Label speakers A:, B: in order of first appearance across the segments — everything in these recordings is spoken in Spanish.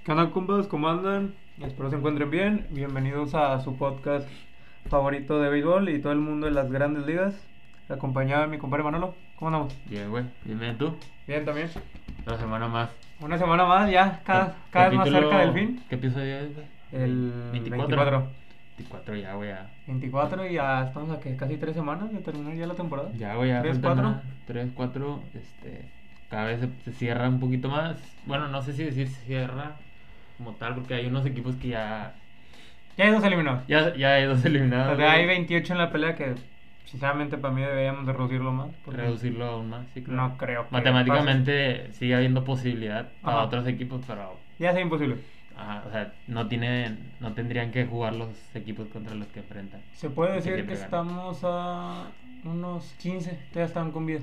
A: ¿Qué onda, compas? ¿Cómo andan? Espero se encuentren bien. Bienvenidos a su podcast favorito de béisbol y todo el mundo de las grandes ligas. Acompañado de mi compadre Manolo. ¿Cómo andamos?
B: Bien, güey. Bien, tú.
A: Bien, también.
B: Otra semana más.
A: Una semana más, ya cada vez más cerca del fin.
B: ¿Qué episodio es, güey?
A: El
B: 24.
A: 24.
B: 24 ya, güey.
A: 24 y ya estamos a casi 3 semanas de terminar ya la temporada.
B: Ya, güey, ya.
A: 3,
B: faltan
A: 4.
B: nada. 3, 4. Cada vez se cierra un poquito más. Bueno, no sé si decir cierra como tal, porque hay unos equipos que ya.
A: Ya hay dos eliminados.
B: Ya hay dos eliminados.
A: O sea, hay
B: güey.
A: 28 en la pelea que, sinceramente, para mí deberíamos de reducirlo más. porque
B: Reducirlo aún más, sí, claro.
A: No creo que
B: Matemáticamente sigue habiendo posibilidad para
A: Ajá.
B: otros equipos, pero.
A: Ya es imposible.
B: Ajá, o sea, no tendrían que jugar los equipos contra los que enfrentan.
A: Se puede
B: Que
A: decir
B: siempre
A: que
B: ganan.
A: estamos a unos 15, ya están con vida.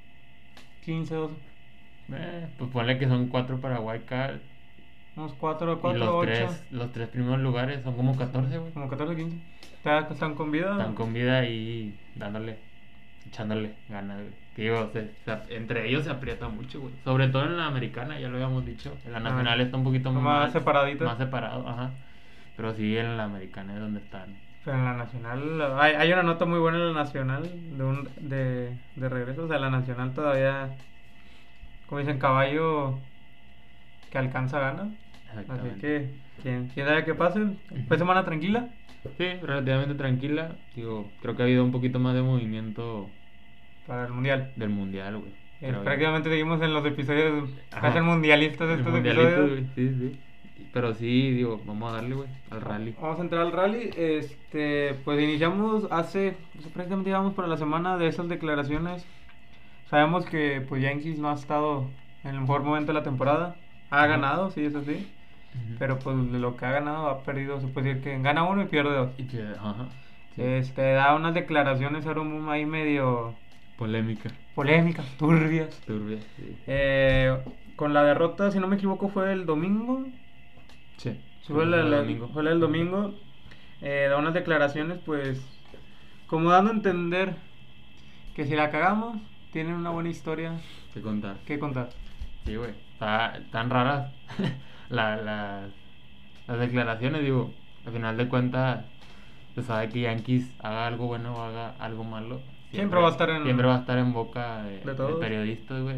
A: 15, 12.
B: Pues ponle que son 4 para Wild Card.
A: Unos 4,
B: Y
A: 4, 8.
B: los tres primeros lugares son como 14, güey.
A: Como 14, 15. Ya están con vida.
B: Están con vida y echándole ganas, güey. Que digo, entre ellos se aprieta mucho, güey. Sobre todo en la americana, ya lo habíamos dicho. En la nacional está un poquito
A: más separadito.
B: Más separado, ajá. Pero sí, en la americana es donde están.
A: Pero en la nacional, hay una nota muy buena en la nacional de regreso. O sea, la nacional todavía, como dicen, caballo que alcanza gana. Así que, ¿quién sabe qué pase? Fue semana tranquila.
B: Sí, relativamente tranquila. Digo, creo que ha habido un poquito más de movimiento
A: Para el mundial.
B: del mundial, güey.
A: Prácticamente seguimos en los episodios
B: Ajá.
A: casi mundialistas de
B: El
A: estos
B: mundialito,
A: episodios.
B: güey, sí. Pero sí, digo, vamos a darle, güey, al rally.
A: Vamos a entrar al rally. Pues iniciamos prácticamente íbamos para la semana de esas declaraciones. Sabemos que pues Yankees no ha estado en el mejor momento de la temporada. Ha
B: Ajá.
A: ganado, sí, eso sí. Pero pues de lo que ha ganado ha perdido. Se puede decir que gana uno y pierde dos.
B: Ajá. Sí.
A: Da unas declaraciones Arum ahí medio
B: Polémicas,
A: turbias.
B: sí.
A: Con la derrota, si no me equivoco, fue el domingo.
B: Sí.
A: Fue el domingo. Da unas declaraciones, pues, como dando a entender que si la cagamos, tienen una buena historia
B: que
A: contar.
B: Sí, güey. Tan raras las declaraciones, digo. Al final de cuentas, se sabe que Yankees haga algo bueno o haga algo malo.
A: Siempre va a estar
B: en boca de periodistas, güey.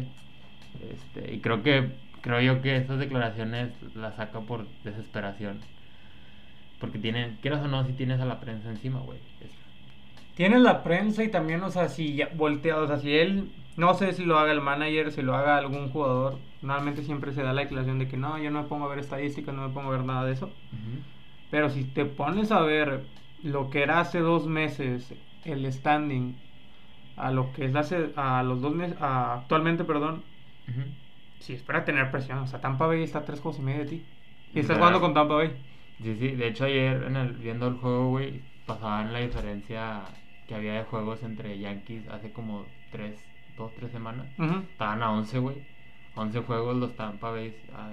B: Y creo yo que esas declaraciones las saca por desesperación. Porque quieras o no, si tienes a la prensa encima, güey.
A: Tienes la prensa y también, o sea, si voltea, o sea, si él, no sé si lo haga el manager, si lo haga algún jugador, normalmente siempre se da la declaración de que no, yo no me pongo a ver estadísticas, no me pongo a ver nada de eso. Pero si te pones a ver lo que era hace 2 meses el standing a lo que es a los 2 meses, actualmente, perdón, sí, espera tener presión. O sea, Tampa Bay está a 3 juegos y medio de ti. Y estás jugando con Tampa Bay.
B: Sí. De hecho, ayer viendo el juego, güey, pasaban la diferencia que había de juegos entre Yankees hace como 2, 3 semanas. Estaban a 11, güey. 11 juegos los Tampa Bay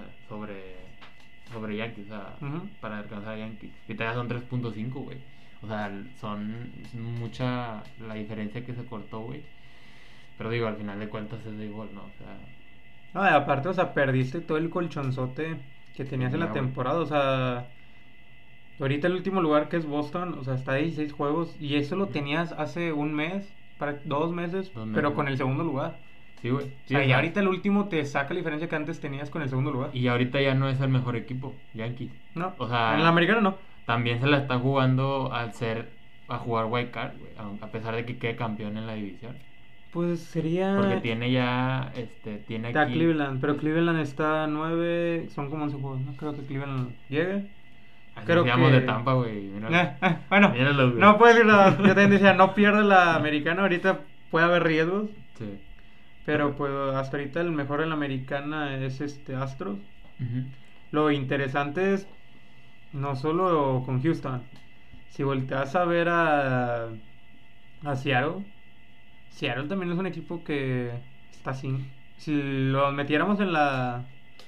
B: sobre Yankees, o sea, para alcanzar a Yankees. Y todavía son 3.5, güey. O sea, es mucha la diferencia que se cortó, güey. Pero digo, al final de cuentas es de igual, ¿no? O sea...
A: No, y aparte, o sea, perdiste todo el colchonzote que tenías en la temporada. O sea, ahorita el último lugar que es Boston, o sea, está a 16 juegos. Y eso lo tenías hace un mes, 2 meses, pero con el segundo lugar.
B: Sí, güey.
A: Sí, o sea, y ahorita el último te saca la diferencia que antes tenías con el segundo lugar.
B: Y ahorita ya no es el mejor equipo, Yankees.
A: No,
B: o sea,
A: en la americana no.
B: También se la está jugando a jugar wild card, güey, a pesar de que quede campeón en la división.
A: Pues sería...
B: Porque tiene ya, tiene
A: está
B: aquí...
A: Cleveland, pero Cleveland está a 9, son como 11 juegos, no creo que Cleveland llegue.
B: Creo que... de Tampa, güey.
A: Bueno,
B: míralo, güey.
A: No puedo decir nada, yo también decía, no pierde la americana, ahorita puede haber riesgos.
B: Sí.
A: Pero pues hasta ahorita el mejor en la americana es Astros. Lo interesante es no solo con Houston. Si volteas a ver a Seattle, Seattle también es un equipo que está sin. Si lo metiéramos en la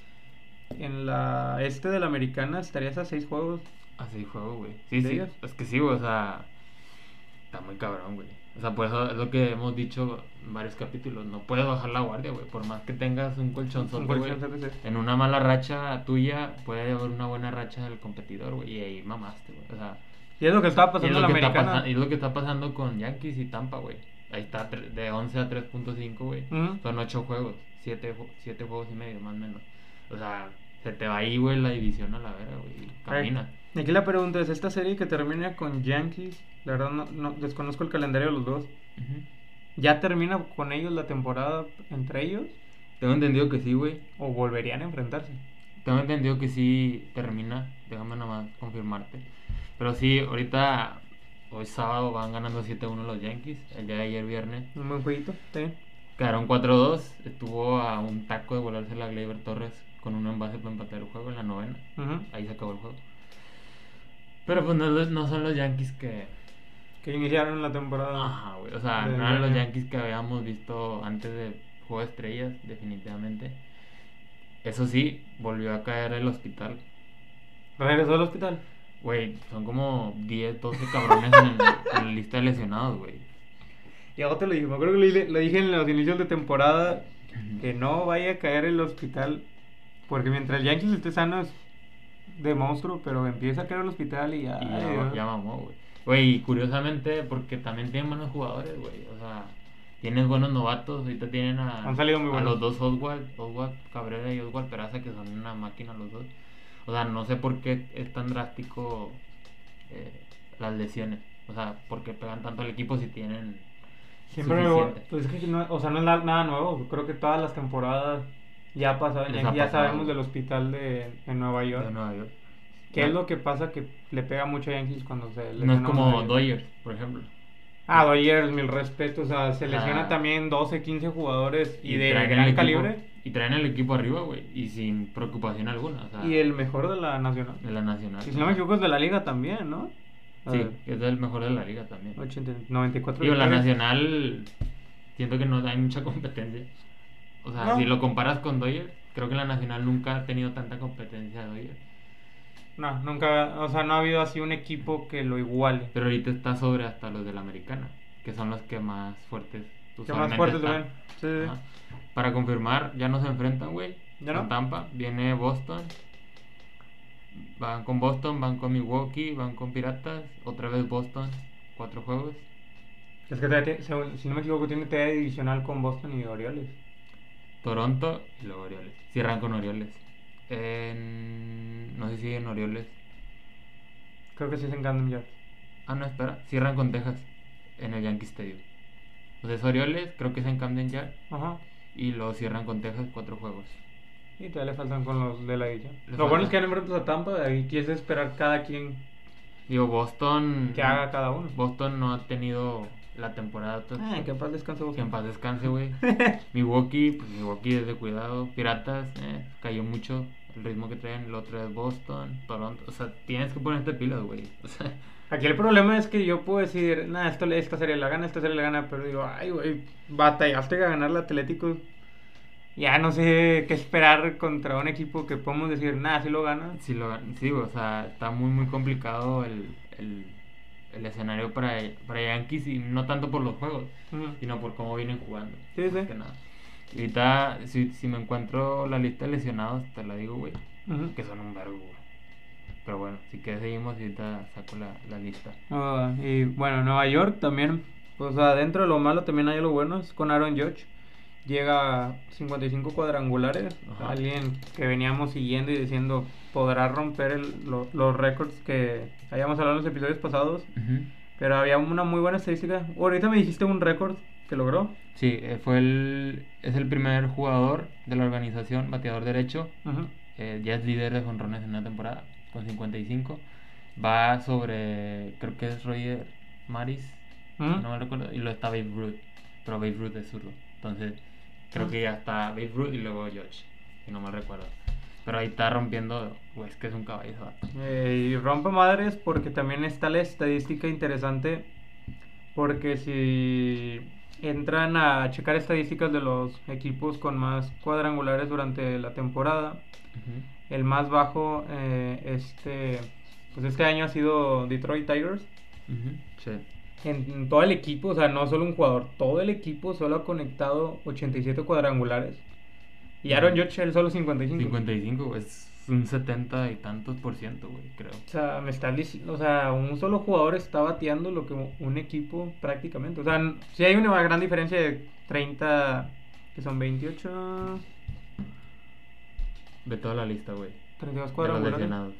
A: de la americana, estarías a 6 juegos.
B: A 6 juegos, güey. Sí. Es que sí, güey, o sea, Está muy cabrón, güey. O sea, por eso es lo que hemos dicho en varios capítulos. No puedes bajar la guardia, güey. Por más que tengas un colchonzote, güey. En una mala racha tuya puede haber una buena racha del competidor, güey. Y ahí mamaste, güey. O sea...
A: Y es lo que estaba pasando en la americana.
B: Y es lo que está pasando con Yankees y Tampa, güey. Ahí está, de 11 a 3.5, güey. Son 8 juegos. 7 juegos y medio, más o menos. O sea, se te va ahí, güey, la división a la vera, güey. Camina.
A: Y aquí la pregunta es, ¿esta serie que termina con Yankees? La verdad no desconozco el calendario de los dos. ¿Ya termina con ellos la temporada entre ellos?
B: Tengo entendido que sí, güey.
A: ¿O volverían a enfrentarse?
B: Tengo entendido que sí termina. Déjame nomás confirmarte. Pero sí, ahorita, hoy sábado van ganando 7-1 los Yankees. El día de ayer viernes.
A: Un buen jueguito, está bien.
B: Quedaron 4-2. Estuvo a un taco de volarse la Gleyber Torres con un envase para empatar el juego en la novena. Ahí se acabó el juego. Pero pues no son los Yankees que
A: iniciaron la temporada.
B: Ajá, güey. O sea, no eran los Yankees que habíamos visto antes de Juego de Estrellas, definitivamente. Eso sí, volvió a caer el hospital.
A: ¿Regresó al hospital?
B: Güey, son como 10, 12 cabrones en la lista de lesionados, güey.
A: Y ahora te lo dije, me acuerdo que lo dije en los inicios de temporada, que no vaya a caer el hospital, porque mientras el Yankees esté sano es de monstruo, pero empieza a caer el hospital y ya...
B: ya mamó, güey. Güey, curiosamente, porque también tienen buenos jugadores, güey. O sea, tienes buenos novatos. Ahorita tienen
A: Han salido muy buenos.
B: A los dos Oswald Cabrera y Oswald Peraza, que son una máquina los dos. O sea, no sé por qué es tan drástico las lesiones. O sea, por qué pegan tanto al equipo si tienen
A: siempre pues es que no, o sea, no es nada nuevo. Creo que todas las temporadas ya pasaron. Ya sabemos del hospital de Nueva York.
B: De Nueva York.
A: ¿Qué es lo que pasa que le pega mucho a Yankees cuando se lesiona?
B: No es como Dodgers, por ejemplo.
A: Dodgers, mil respetos. O sea, se lesiona también 12, 15 jugadores y de gran calibre.
B: Y traen el equipo arriba, güey. Y sin preocupación alguna. O sea,
A: y el mejor de la nacional.
B: De la nacional.
A: Y si no me equivoco es de la liga también, ¿no?
B: Sí, es del mejor de la liga también.
A: 94.
B: Digo, la nacional, siento que no hay mucha competencia. O sea, si lo comparas con Dodgers, creo que la nacional nunca ha tenido tanta competencia de Dodgers.
A: No, nunca, o sea, no ha habido así un equipo que lo iguale.
B: Pero ahorita está sobre hasta los de la americana, que son los que más fuertes.
A: Que más fuertes ven. Sí.
B: Para confirmar, ya no se enfrentan, güey.
A: ¿Ya no?
B: Con Tampa, viene Boston. Van con Boston, van con Milwaukee, van con Piratas. Otra vez Boston, 4 juegos.
A: Es que si no me equivoco tiene tarea divisional con Boston y Orioles.
B: Toronto y luego Orioles. Cierran con Orioles. No sé si en Orioles.
A: Creo que sí es en Camden Yards.
B: No, espera. Cierran con Texas en el Yankee Stadium. Entonces Orioles, creo que es en Camden Yards.
A: Ajá.
B: Y luego cierran con Texas 4 juegos.
A: Y todavía le faltan con los de la división. Lo bueno es que han enfrentado a Tampa. Ahí quieres esperar cada quien.
B: Digo, Boston.
A: Que haga cada uno.
B: Boston no ha tenido la temporada.
A: Que en paz descanse Boston.
B: Que en paz descanse, güey. Milwaukee, pues Milwaukee es de cuidado. Piratas, cayó mucho el ritmo que traen. El otro es Boston, Toronto. O sea, tienes que ponerte pilas, güey. O sea,
A: aquí el problema es que yo puedo decir, esta serie la gana, esta serie la gana, pero digo, ay, güey, batallaste a ganar el Atlético. Ya no sé qué esperar contra un equipo que podemos decir, sí lo gana.
B: Sí, o sea, está muy, muy complicado el escenario para Yankees, y no tanto por los juegos, sino por cómo vienen jugando.
A: Sí.
B: Que nada. Y ahorita, si me encuentro la lista de lesionados, te la digo, güey, que son un verbo, güey. Pero bueno, si quieres seguimos y ahorita saco la lista.
A: Y bueno, Nueva York también, o sea, dentro de lo malo también hay lo bueno, es con Aaron Judge. Llega a 55 cuadrangulares. Ajá. Alguien que veníamos siguiendo y diciendo podrá romper los récords que habíamos hablado en los episodios pasados. Pero había una muy buena estadística. Ahorita me dijiste un récord que logró.
B: Sí, es el primer jugador de la organización, bateador derecho. Ya es líder de jonrones en una temporada con 55. Va sobre, creo que es Roger Maris, no me recuerdo, y lo está Babe Ruth, pero Babe Ruth es zurdo. Entonces creo que ya está Babe Ruth y luego Judge, si no me recuerdo. Pero ahí está rompiendo, pues que es un caballo.
A: Y rompe madres porque también está la estadística interesante. Porque si entran a checar estadísticas de los equipos con más cuadrangulares durante la temporada, el más bajo pues este año ha sido Detroit Tigers.
B: Sí.
A: en todo el equipo, o sea, no solo un jugador, todo el equipo solo ha conectado 87 cuadrangulares. Y Aaron Judge, él solo 55.
B: 55, es un 70 y tantos por ciento, güey, creo.
A: O sea, me está diciendo, o sea, un solo jugador está bateando lo que un equipo prácticamente. O sea, sí hay una gran diferencia de 30, que son 28.
B: Ve toda la lista, güey.
A: 32
B: De los
A: cuadrangulares.
B: lesionados.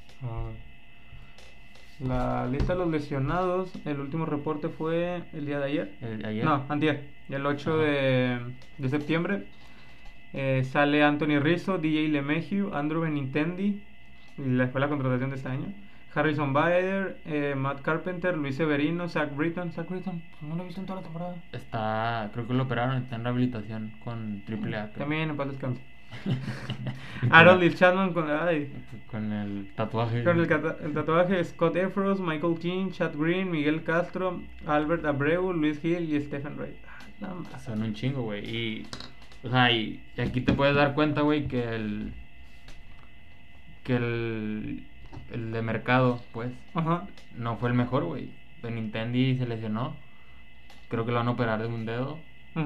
A: La lista de los lesionados, el último reporte fue el día de ayer.
B: ¿Ayer?
A: No, antier, el 8 de septiembre. Sale Anthony Rizzo, DJ LeMahieu, Andrew Benintendi, fue la contratación de este año. Harrison Bader, Matt Carpenter, Luis Severino, Zach Britton. Zach Britton, no lo he visto en toda la temporada.
B: Creo que lo operaron, está en rehabilitación con AAA.
A: También en paz descanse. Harold Chapman con
B: el tatuaje.
A: Con el tatuaje. Scott Efros, Michael King, Chad Green, Miguel Castro, Albert Abreu, Luis Hill y Stephen Ray.
B: Son un chingo, güey. O sea, y aquí te puedes dar cuenta, güey, que el de mercado, pues, no fue el mejor, güey. Benintendi se lesionó. Creo que lo van a operar de un dedo.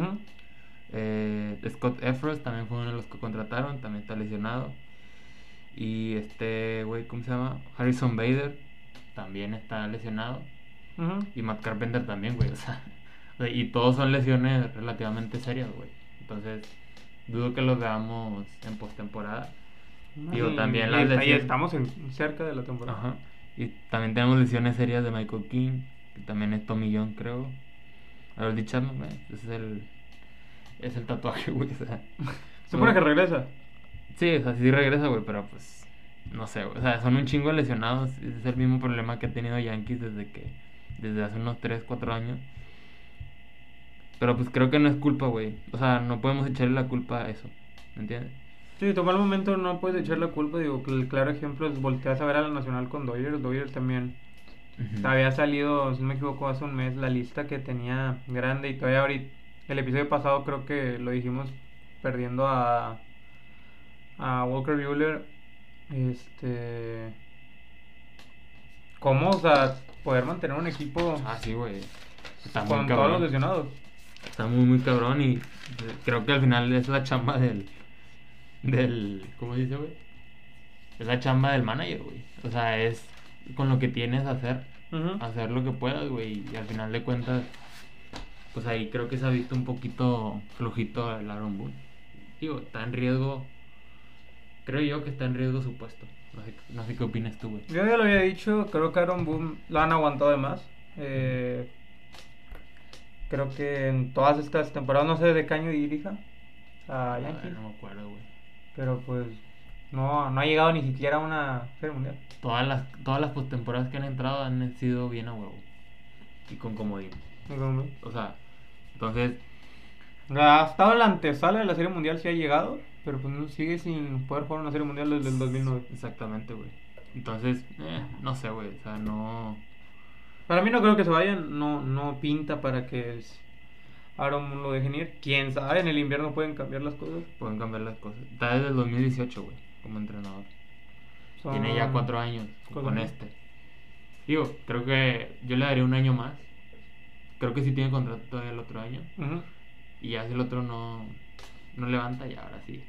B: Scott Efros también fue uno de los que contrataron, también está lesionado. Y güey, ¿cómo se llama? Harrison Bader también está lesionado. Y Matt Carpenter también, güey. O sea, y todos son lesiones relativamente serias, güey. Entonces, dudo que los veamos en postemporada. Digo, también las lesiones.
A: Ahí estamos cerca de la temporada.
B: Ajá. Y también tenemos lesiones serias de Michael King, que también es Tommy John, creo. Harold Chapman, güey. Ese es el tatuaje, güey. O sea,
A: supone que regresa.
B: Sí, o sea, sí regresa, güey, pero pues no sé, güey. O sea, son un chingo de lesionados. Es el mismo problema que ha tenido Yankees desde hace unos 3, 4 años. Pero pues creo que no es culpa, güey. O sea, no podemos echarle la culpa a eso. ¿Me entiendes?
A: Sí, tomar el momento no puedes echar la culpa. Digo, que el claro ejemplo es volteas a ver a la Nacional con Dodgers. Dodgers también había salido, si no me equivoco, hace un mes la lista que tenía grande. Y todavía ahorita, el episodio pasado creo que lo dijimos, perdiendo a Walker Buehler. ¿Cómo? O sea, poder mantener un equipo
B: sí, güey. Está
A: con todos los lesionados.
B: Está muy, muy cabrón. Y creo que al final es la chamba del ¿cómo se dice, güey? Es la chamba del manager, güey. O sea, es con lo que tienes hacer lo que puedas, güey. Y al final de cuentas, pues ahí creo que se ha visto un poquito flojito el Aaron Boone. Digo, está en riesgo. Creo yo que está en riesgo su puesto. No sé qué opinas tú, güey.
A: Yo ya lo había dicho, creo que Aaron Boone lo han aguantado de más. Creo que en todas estas temporadas, no sé desde qué año dirija a Yankees.
B: No me acuerdo, güey.
A: Pero pues no ha llegado ni siquiera a una serie mundial.
B: Todas las postemporadas que han entrado han sido bien a huevo. Y con comodín. O sea, entonces...
A: Ha estado en la antesala de la serie mundial, sí ha llegado, pero pues no, sigue sin poder jugar una serie mundial desde el 2009.
B: Exactamente, güey. Entonces, no sé, güey. O sea, no...
A: Para mí no creo que se vayan, no pinta para que Aaron lo dejen ir. Quién sabe, en el invierno pueden cambiar las cosas.
B: Pueden cambiar las cosas. Está desde el 2018, güey, como entrenador. Tiene ya 4 años con este. Digo, creo que yo le daría un año más. Creo que sí tiene contrato todavía el otro año. Y ya si el otro no levanta, ya ahora sí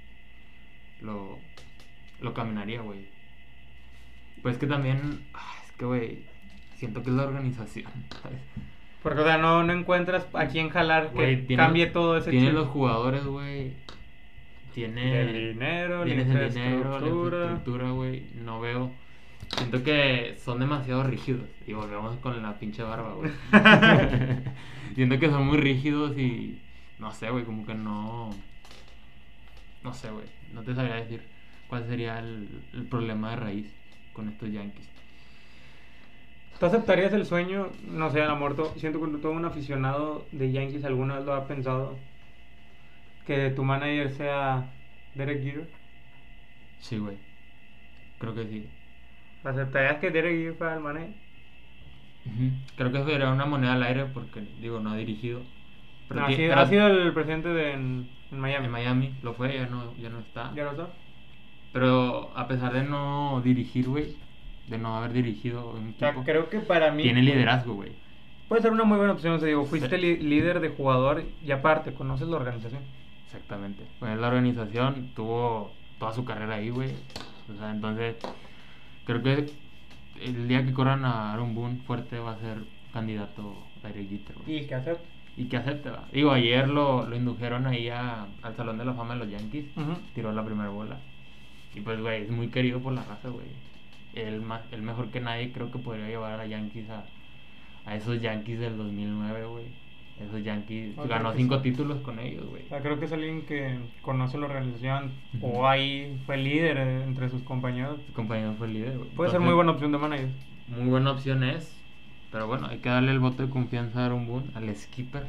B: lo caminaría, güey. Pues que también, es que, güey, siento que es la organización, ¿sabes?
A: Porque, o sea, no encuentras a quién jalar que cambie todo ese
B: tiene los jugadores, güey. Tiene
A: el dinero,
B: la infraestructura, güey. No veo. Siento que son demasiado rígidos. Y volvemos con la pinche barba, güey. Siento que son muy rígidos y... No sé, güey, como que no... No sé, güey. No te sabría decir cuál sería el problema de raíz con estos Yankees.
A: ¿Tú aceptarías el sueño? No sé, amor, siento que todo un aficionado de Yankees alguna vez lo ha pensado, que tu manager sea Derek Jeter.
B: Sí, güey. Creo que sí.
A: ¿Aceptarías que Derek Jeter fuera el manager?
B: Creo que sería una moneda al aire porque, digo, no ha dirigido.
A: Pero ha sido el presidente en Miami.
B: En Miami, lo fue, ya no está.
A: ¿Ya no está?
B: Pero a pesar de no dirigir, güey, de no haber dirigido un equipo,
A: creo que para mí
B: tiene liderazgo, güey.
A: Puede ser una muy buena opción, o sea, digo, fuiste
B: Sí.
A: líder de jugador y aparte, conoces la organización.
B: Exactamente. Pues la organización tuvo toda su carrera ahí, güey. O sea, entonces, creo que el día que corran a Aaron Boone fuerte va a ser candidato a Derek Jeter, güey.
A: ¿Y qué hacer?
B: Y que acepte, va. Digo, ayer lo indujeron ahí al Salón de la Fama de los Yankees. Tiró la primera bola. Y pues, güey, es muy querido por la raza, güey. El mejor que nadie creo que podría llevar a Yankees a esos Yankees del 2009, güey. Esos Yankees, ganó 5 títulos con ellos, güey.
A: O sea, creo que es alguien que conoce la organización
B: Ujú.
A: o ahí fue líder entre sus compañeros.
B: Su compañero fue el líder, güey.
A: Puede ser muy buena opción de manager.
B: Muy buena opción es. Pero bueno, hay que darle el voto de confianza a Aaron Boone, al skipper.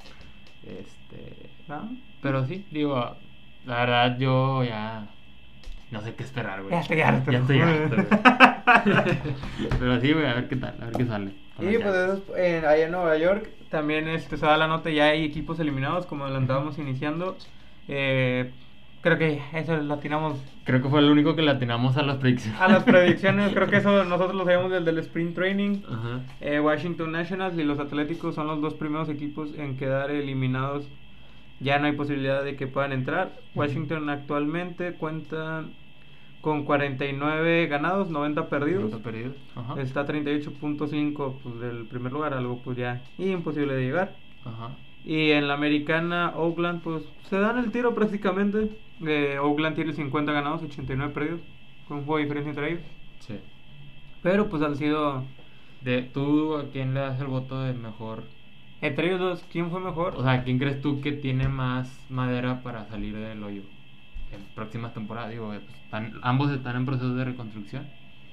A: ¿Ah?
B: Pero sí, digo, la verdad yo ya no sé qué esperar, güey.
A: Ya estoy harto.
B: Ya estoy harto, güey. Pero sí, güey, a ver qué tal, a ver qué sale.
A: Y pues allá en Nueva York también se da la nota, ya hay equipos eliminados, como adelantábamos iniciando. Creo que eso lo atinamos.
B: Creo que fue el único que le atinamos a las predicciones.
A: A las predicciones, creo que eso nosotros lo sabíamos desde el Sprint Training.
B: Ajá.
A: Washington Nationals y los Atléticos son los dos primeros equipos en quedar eliminados. Ya no hay posibilidad de que puedan entrar. Washington actualmente cuenta con 49 ganados, 90 perdidos.
B: 90 perdidos. Ajá.
A: Está 38.5 pues, del primer lugar, algo pues ya imposible de llegar.
B: Ajá.
A: Y en la americana, Oakland, pues se dan el tiro prácticamente. Oakland tiene 50 ganados, 89 perdidos, con un juego de diferencia entre ellos.
B: Sí.
A: Pero pues han sido.
B: ¿Tú a quién le das el voto de mejor?
A: Entre ellos dos, ¿quién fue mejor?
B: O sea, ¿quién crees tú que tiene más madera para salir del hoyo en próximas temporadas? Digo, pues, ambos están en proceso de reconstrucción.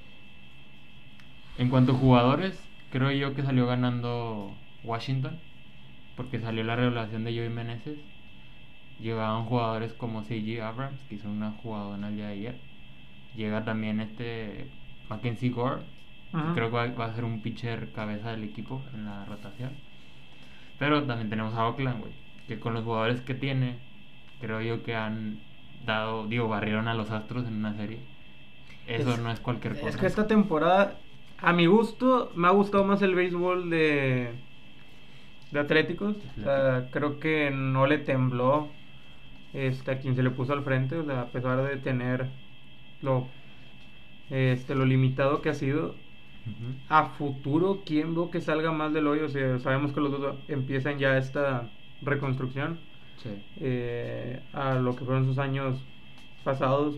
B: En cuanto a jugadores, creo yo que salió ganando Washington, porque salió la revelación de Joey Meneses. Llegaban jugadores como C.J. Abrams, que hizo una jugadora el día de ayer. Llega también Mackenzie Gore, que creo que va a ser un pitcher cabeza del equipo en la rotación. Pero también tenemos a Oakland, güey, que con los jugadores que tiene, creo yo que han barrieron a los Astros en una serie. Eso no es cualquier cosa.
A: Es que esta temporada, a mi gusto, me ha gustado más el béisbol de Atléticos. O sea, creo que no le tembló a quien se le puso al frente, o sea, a pesar de tener lo limitado que ha sido. A futuro, ¿quién veo que salga más del hoyo? O sea, sabemos que los dos empiezan ya esta reconstrucción.
B: Sí.
A: A lo que fueron sus años pasados.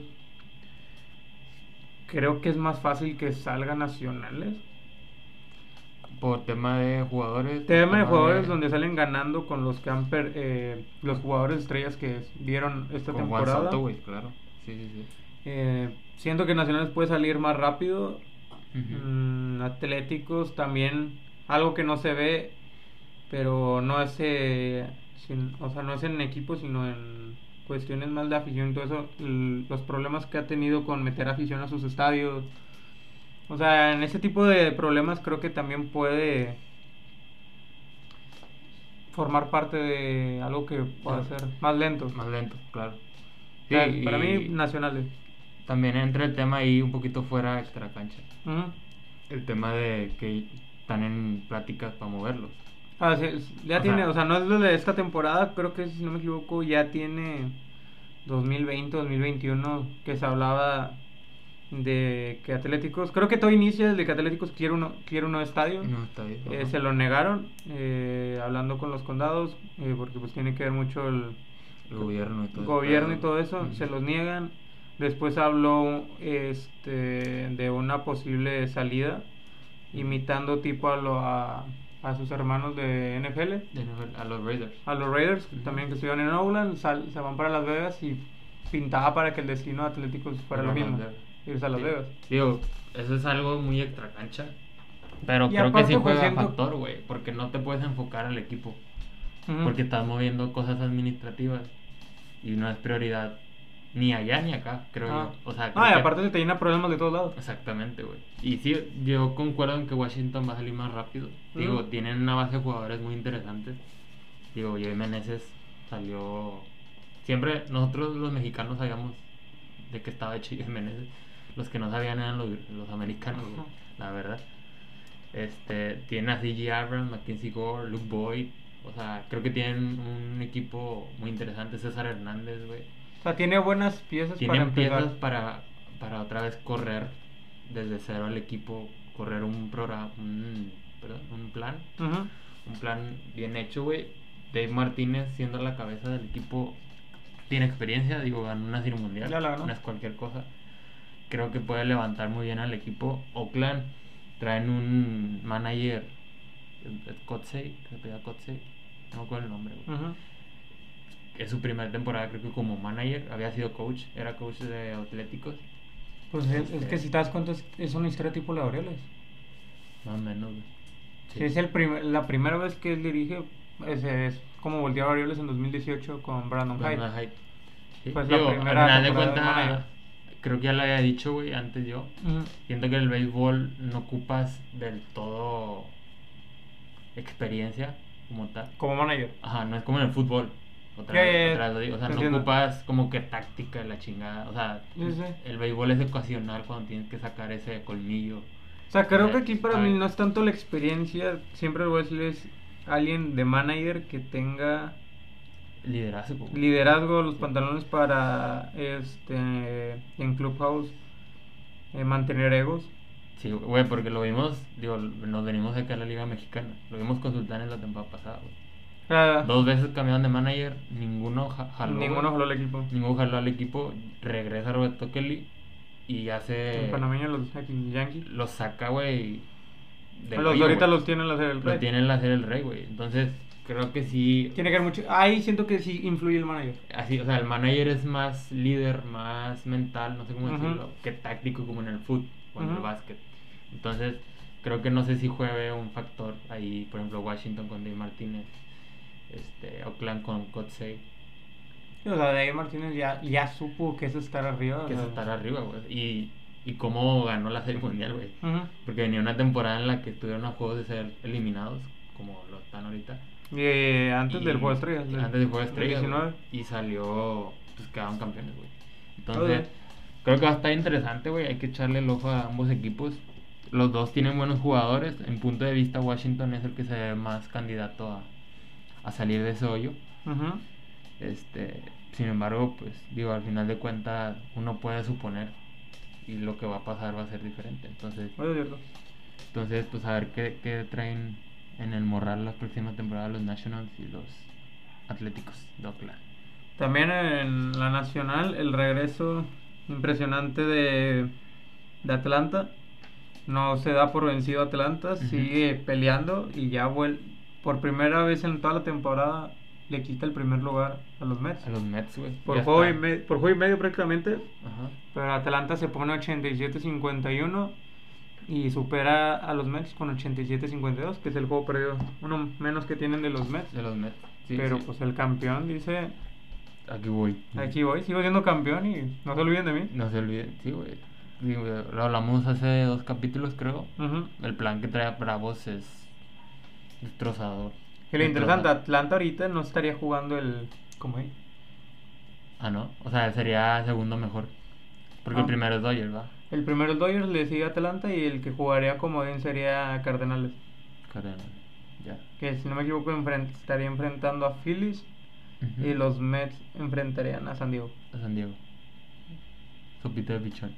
A: Creo que es más fácil que salgan nacionales.
B: Por tema de jugadores.
A: Tema de jugadores donde salen ganando con los que han los jugadores estrellas que dieron esta
B: con
A: temporada.
B: Juan Soto, güey, claro. Sí.
A: Siento que Nacionales puede salir más rápido. Atléticos también, algo que no se ve, pero no es no es en equipo, sino en cuestiones más de afición. Todo eso, los problemas que ha tenido con meter afición a sus estadios. O sea, en ese tipo de problemas creo que también puede formar parte de algo que pueda ser más lento.
B: Más lento, claro.
A: Sí, para mí, Nacionales.
B: También entra el tema ahí un poquito fuera extra cancha. El tema de que están en pláticas para moverlos.
A: Sí, o sea, no es lo de esta temporada, creo que si no me equivoco ya tiene 2020, 2021 que se hablaba de que Atléticos, creo que todo inicia desde que Atléticos quiere un nuevo estadio. Se lo negaron, hablando con los condados, porque pues tiene que ver mucho el
B: gobierno
A: y todo eso. Se los niegan. Después habló de una posible salida, imitando tipo a sus hermanos de NFL.
B: A los Raiders.
A: A los Raiders, también que estuvieron en Oakland, se van para Las Vegas y pintaba para que el destino de Atléticos fuera lo mismo, irse a Las Vegas.
B: Digo, eso es algo muy extra cancha, pero creo que sí juega factor, güey, porque no te puedes enfocar al equipo, porque estás moviendo cosas administrativas y no es prioridad ni allá ni acá, creo yo. O sea,
A: y aparte se te llena problemas de todos lados.
B: Exactamente, güey. Y sí, yo concuerdo en que Washington va a salir más rápido. Digo, tienen una base de jugadores muy interesantes. Digo, Joey Meneses salió. Siempre nosotros los mexicanos sabíamos de qué estaba hecho Joey Meneses. Los que no sabían eran los americanos, güey, la verdad. Tiene a C.J. Abrams, Mackenzie Gore, Luke Boyd. O sea, creo que tienen un equipo muy interesante. César Hernández, güey.
A: O sea, tiene buenas piezas para empezar.
B: Tienen piezas para otra vez correr desde cero al equipo, correr un programa, un plan.
A: Uh-huh.
B: Un plan bien hecho, güey. Dave Martínez, siendo la cabeza del equipo, tiene experiencia. Digo, ganó una serie mundial. No es cualquier cosa. Creo que puede levantar muy bien al equipo. Oakland traen un manager, Kotsey, que se pida Kotsey, no me acuerdo el nombre, güey.
A: Uh-huh.
B: Es su primera temporada, creo que como manager. Había sido coach, era coach de Atléticos.
A: Pues es que si te das cuenta, es una historia tipo la Orioles.
B: Más o menos, güey.
A: Sí. Si es la primera vez que él dirige, es como volteó a Orioles en 2018 con Brandon Hyde.
B: Sí.
A: Pues
B: digo,
A: la primera
B: al final de cuentas, creo que ya lo había dicho, güey, antes yo.
A: Uh-huh.
B: Siento que en el béisbol no ocupas del todo experiencia como tal.
A: Como manager.
B: Ajá, no es como en el fútbol. Otra vez lo digo. O sea, no ocupas como que táctica, la chingada. O sea, el béisbol es ocasional cuando tienes que sacar ese colmillo.
A: O sea, creo que aquí para mí no es tanto la experiencia. Siempre voy a decirles alguien de manager que tenga liderazgo, los pantalones para en Clubhouse mantener egos.
B: Sí, güey, porque lo vimos, digo, nos venimos de acá a la Liga Mexicana. Lo vimos con Sultanes la temporada pasada, güey. 2 veces cambiaron de manager, ninguno jaló
A: al equipo.
B: Ninguno jaló al equipo. Regresa Roberto Kelly y hace.
A: El panameño, los Yankees.
B: Los saca, güey.
A: Ahorita los tienen la serie del Rey.
B: Lo tienen la serie del Rey, güey. Entonces, creo que sí.
A: Tiene que haber mucho. Ahí siento que sí influye el manager.
B: Así, o sea, el manager es más líder, más mental, no sé cómo decirlo, que táctico como en el fútbol o en el básquet. Entonces, creo que no sé si juegue un factor ahí, por ejemplo, Washington con Dave Martínez, Oakland con Kotsey.
A: O sea, Dave Martínez ya supo que es estar arriba.
B: Que es estar arriba, güey. Y cómo ganó la Serie Mundial, güey. Porque venía una temporada en la que estuvieron a juegos de ser eliminados, como lo están ahorita.
A: Antes del Juego de Estrellas.
B: Antes del Juego de Estrellas.
A: 19.
B: Y salió, pues quedaron campeones, güey. Entonces, creo que va a estar interesante, güey. Hay que echarle el ojo a ambos equipos. Los dos tienen buenos jugadores. En punto de vista, Washington es el que se ve más candidato a salir de ese hoyo. Sin embargo, pues digo, al final de cuentas uno puede suponer y lo que va a pasar va a ser diferente. Entonces, pues a ver qué traen en el morral la próxima temporada los Nationals y los Atléticos de Oakland.
A: También en la Nacional, el regreso impresionante de Atlanta. No se da por vencido Atlanta, sigue peleando y ya por primera vez en toda la temporada le quita el primer lugar a los Mets.
B: A los Mets, güey.
A: Por juego y medio prácticamente. Pero Atlanta se pone 87-51 y supera a los Mets con 87-52, que es el juego perdido, uno menos que tienen de los Mets.
B: Sí,
A: pero pues el campeón dice:
B: aquí voy,
A: sigo siendo campeón y no se olviden de mí.
B: No se olviden, sí, güey. Lo hablamos hace 2 capítulos, creo. El plan que trae a Bravos es destrozador.
A: Y lo interesante, Atlanta ahorita no estaría jugando el comodín.
B: ¿No? O sea, sería segundo mejor. Porque el primero es Dodgers, ¿va?
A: El primero es Dodgers, le sigue Atlanta y el que jugaría comodín sería Cardenales.
B: Ya.
A: Que si no me equivoco estaría enfrentando a Phillies y los Mets enfrentarían a San Diego.
B: Sopita de pichón.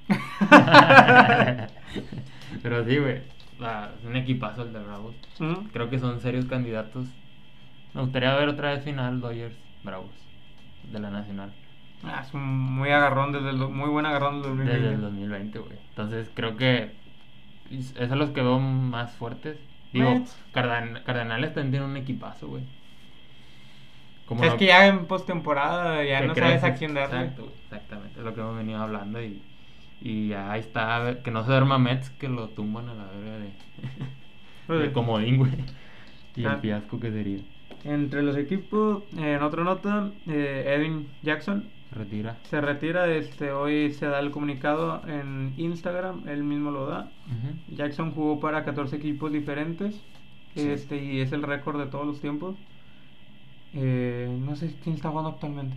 B: Pero sí, güey. Es un equipazo el de Bravos. Creo que son serios candidatos. Me gustaría ver otra vez final Dodgers Bravos de la Nacional.
A: Es un muy buen agarrón desde el 2020.
B: Desde el 2020, güey. Entonces creo que es a los que veo más fuertes. Digo, Cardenales también tienen un equipazo, güey.
A: Que ya en postemporada ya no sabes a quién darle.
B: Exactamente, es lo que hemos venido hablando y ya ahí está, que no se duerma Mets, que lo tumban a la verga de comodín, güey. Y el fiasco que sería.
A: Entre los equipos, en otra nota, Edwin Jackson se retira. Hoy se da el comunicado en Instagram, él mismo lo da. Jackson jugó para 14 equipos diferentes, y es el récord de todos los tiempos. No sé quién está jugando actualmente.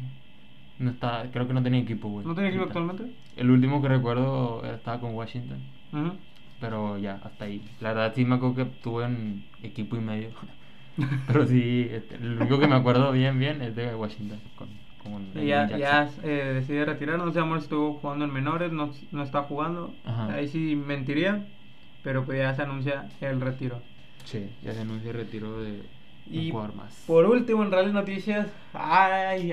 B: Creo que no tenía equipo, güey.
A: ¿No tenía equipo actualmente?
B: El último que recuerdo estaba con Washington. pero ya, hasta ahí. La verdad sí me acuerdo que estuve en equipo y medio. Pero sí, lo único que me acuerdo bien es de Washington.
A: Y ya decide retirar. No sé, Amor estuvo jugando en menores, no está jugando.
B: Ajá.
A: Ahí sí mentiría, pero pues ya se anuncia el retiro.
B: Sí, ya se anuncia el retiro de un jugador más.
A: Por último, en Reales Noticias, ay.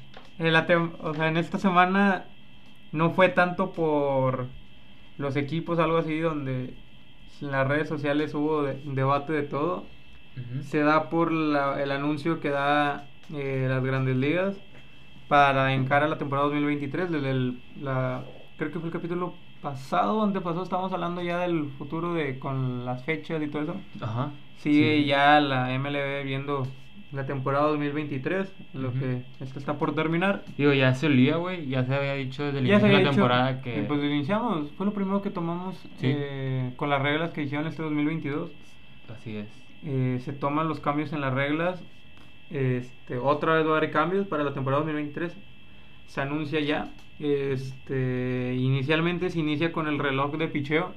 A: O sea, en esta semana no fue tanto por los equipos, algo así, donde en las redes sociales hubo debate de todo.
B: Uh-huh.
A: Se da por el anuncio que da las Grandes Ligas para encarar la temporada 2023. Creo que fue el capítulo pasado o antepasado, estábamos hablando ya del futuro con las fechas y todo eso.
B: Ajá.
A: Sigue ya la MLB viendo la temporada 2023, lo que está por terminar.
B: Digo, ya se olía, güey, ya se había dicho desde el inicio de la temporada que...
A: Pues iniciamos, fue lo primero que tomamos con las reglas que hicieron este 2022.
B: Así es.
A: Se toman los cambios en las reglas. Otra vez va a haber cambios para la temporada 2023. Se anuncia ya. Inicialmente se inicia con el reloj de picheo.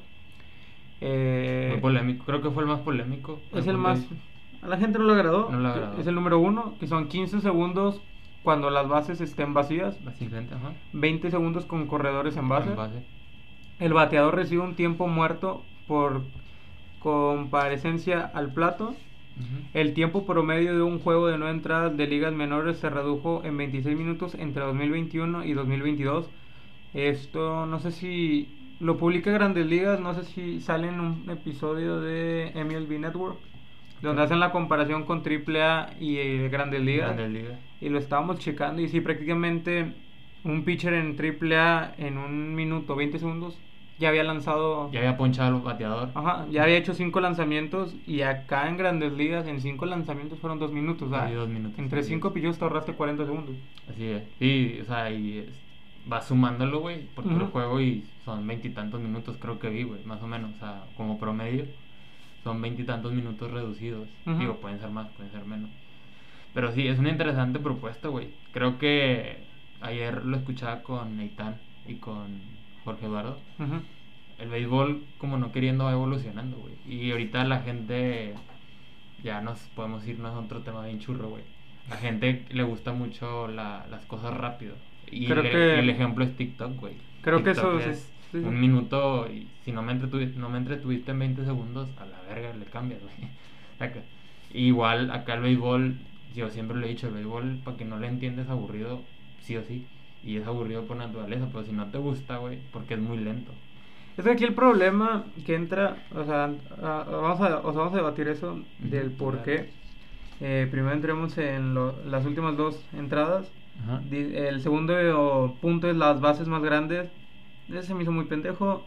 B: Muy polémico, creo que fue el más polémico.
A: Es el más... A la gente no le agradó. Es el número 1, que son 15 segundos cuando las bases estén vacías.
B: Básicamente, ajá.
A: 20 segundos con corredores en base. El bateador recibe un tiempo muerto por comparecencia al plato. El tiempo promedio de un juego de 9 entradas de ligas menores se redujo en 26 minutos entre 2021 y 2022. Esto no sé si lo publica Grandes Ligas, no sé si sale en un episodio de MLB Network, donde hacen la comparación con AAA y Grandes Ligas. Y lo estábamos checando y sí, prácticamente un pitcher en AAA en 1 minuto 20 segundos ya había lanzado...
B: Ya había ponchado al bateador.
A: Ajá, ya había hecho 5 lanzamientos y acá en Grandes Ligas en 5 lanzamientos fueron 2 minutos.
B: 2 minutos.
A: Entre 5 pillos te ahorraste 40 segundos.
B: Así es. Sí, o sea, vas sumándolo, güey, por todo el juego y son 20 y tantos minutos, creo que vi, güey, más o menos. O sea, como promedio son 20 y tantos minutos reducidos. Digo, pueden ser más, pueden ser menos. Pero sí, es una interesante propuesta, güey. Creo que ayer lo escuchaba con Neitán y con Jorge Eduardo. El béisbol, como no queriendo, va evolucionando, güey. Y ahorita la gente, ya nos podemos irnos a otro tema bien churro, güey. La gente le gusta mucho las cosas rápido. Y el ejemplo es TikTok, güey.
A: Creo
B: TikTok
A: que eso
B: es un minuto y si no me entretuviste en 20 segundos, a la verga le cambias, güey. Igual acá el béisbol, yo siempre lo he dicho, el béisbol, para que no le entiendes, aburrido, sí o sí. Y es aburrido por naturaleza, pero si no te gusta, güey, porque es muy lento.
A: Es que aquí el problema que entra, o sea, vamos a debatir eso del por qué. Primero entremos en las últimas 2 entradas. El segundo punto es las bases más grandes. Ese se me hizo muy pendejo.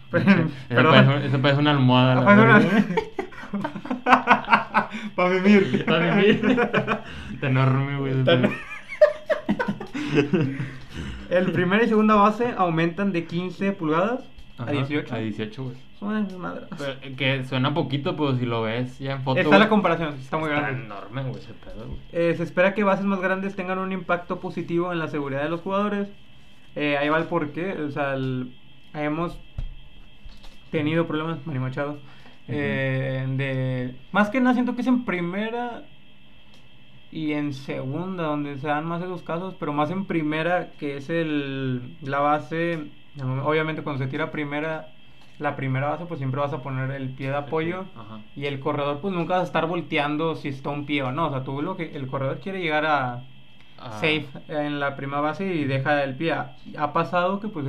B: Eso parece una almohada.
A: Para mimir.
B: Está enorme, güey.
A: El primera y segunda base aumentan de 15 pulgadas a 18.
B: A 18, güey.
A: Que
B: suena poquito, pero si lo ves ya en foto.
A: Está la comparación, está muy grande.
B: Está enorme, güey, ese pedo, güey.
A: Se espera que bases más grandes tengan un impacto positivo en la seguridad de los jugadores. Ahí va el porqué. O sea, hemos tenido problemas, Manny Machado. Más que nada siento que es en primera y en segunda donde se dan más esos casos, pero más en primera, que es la base. Obviamente cuando se tira primera, la primera base, pues siempre vas a poner el pie de apoyo. Y el corredor pues nunca vas a estar volteando si está un pie o no. O sea, el corredor quiere llegar a safe en la primera base y deja el pie. Ha pasado que pues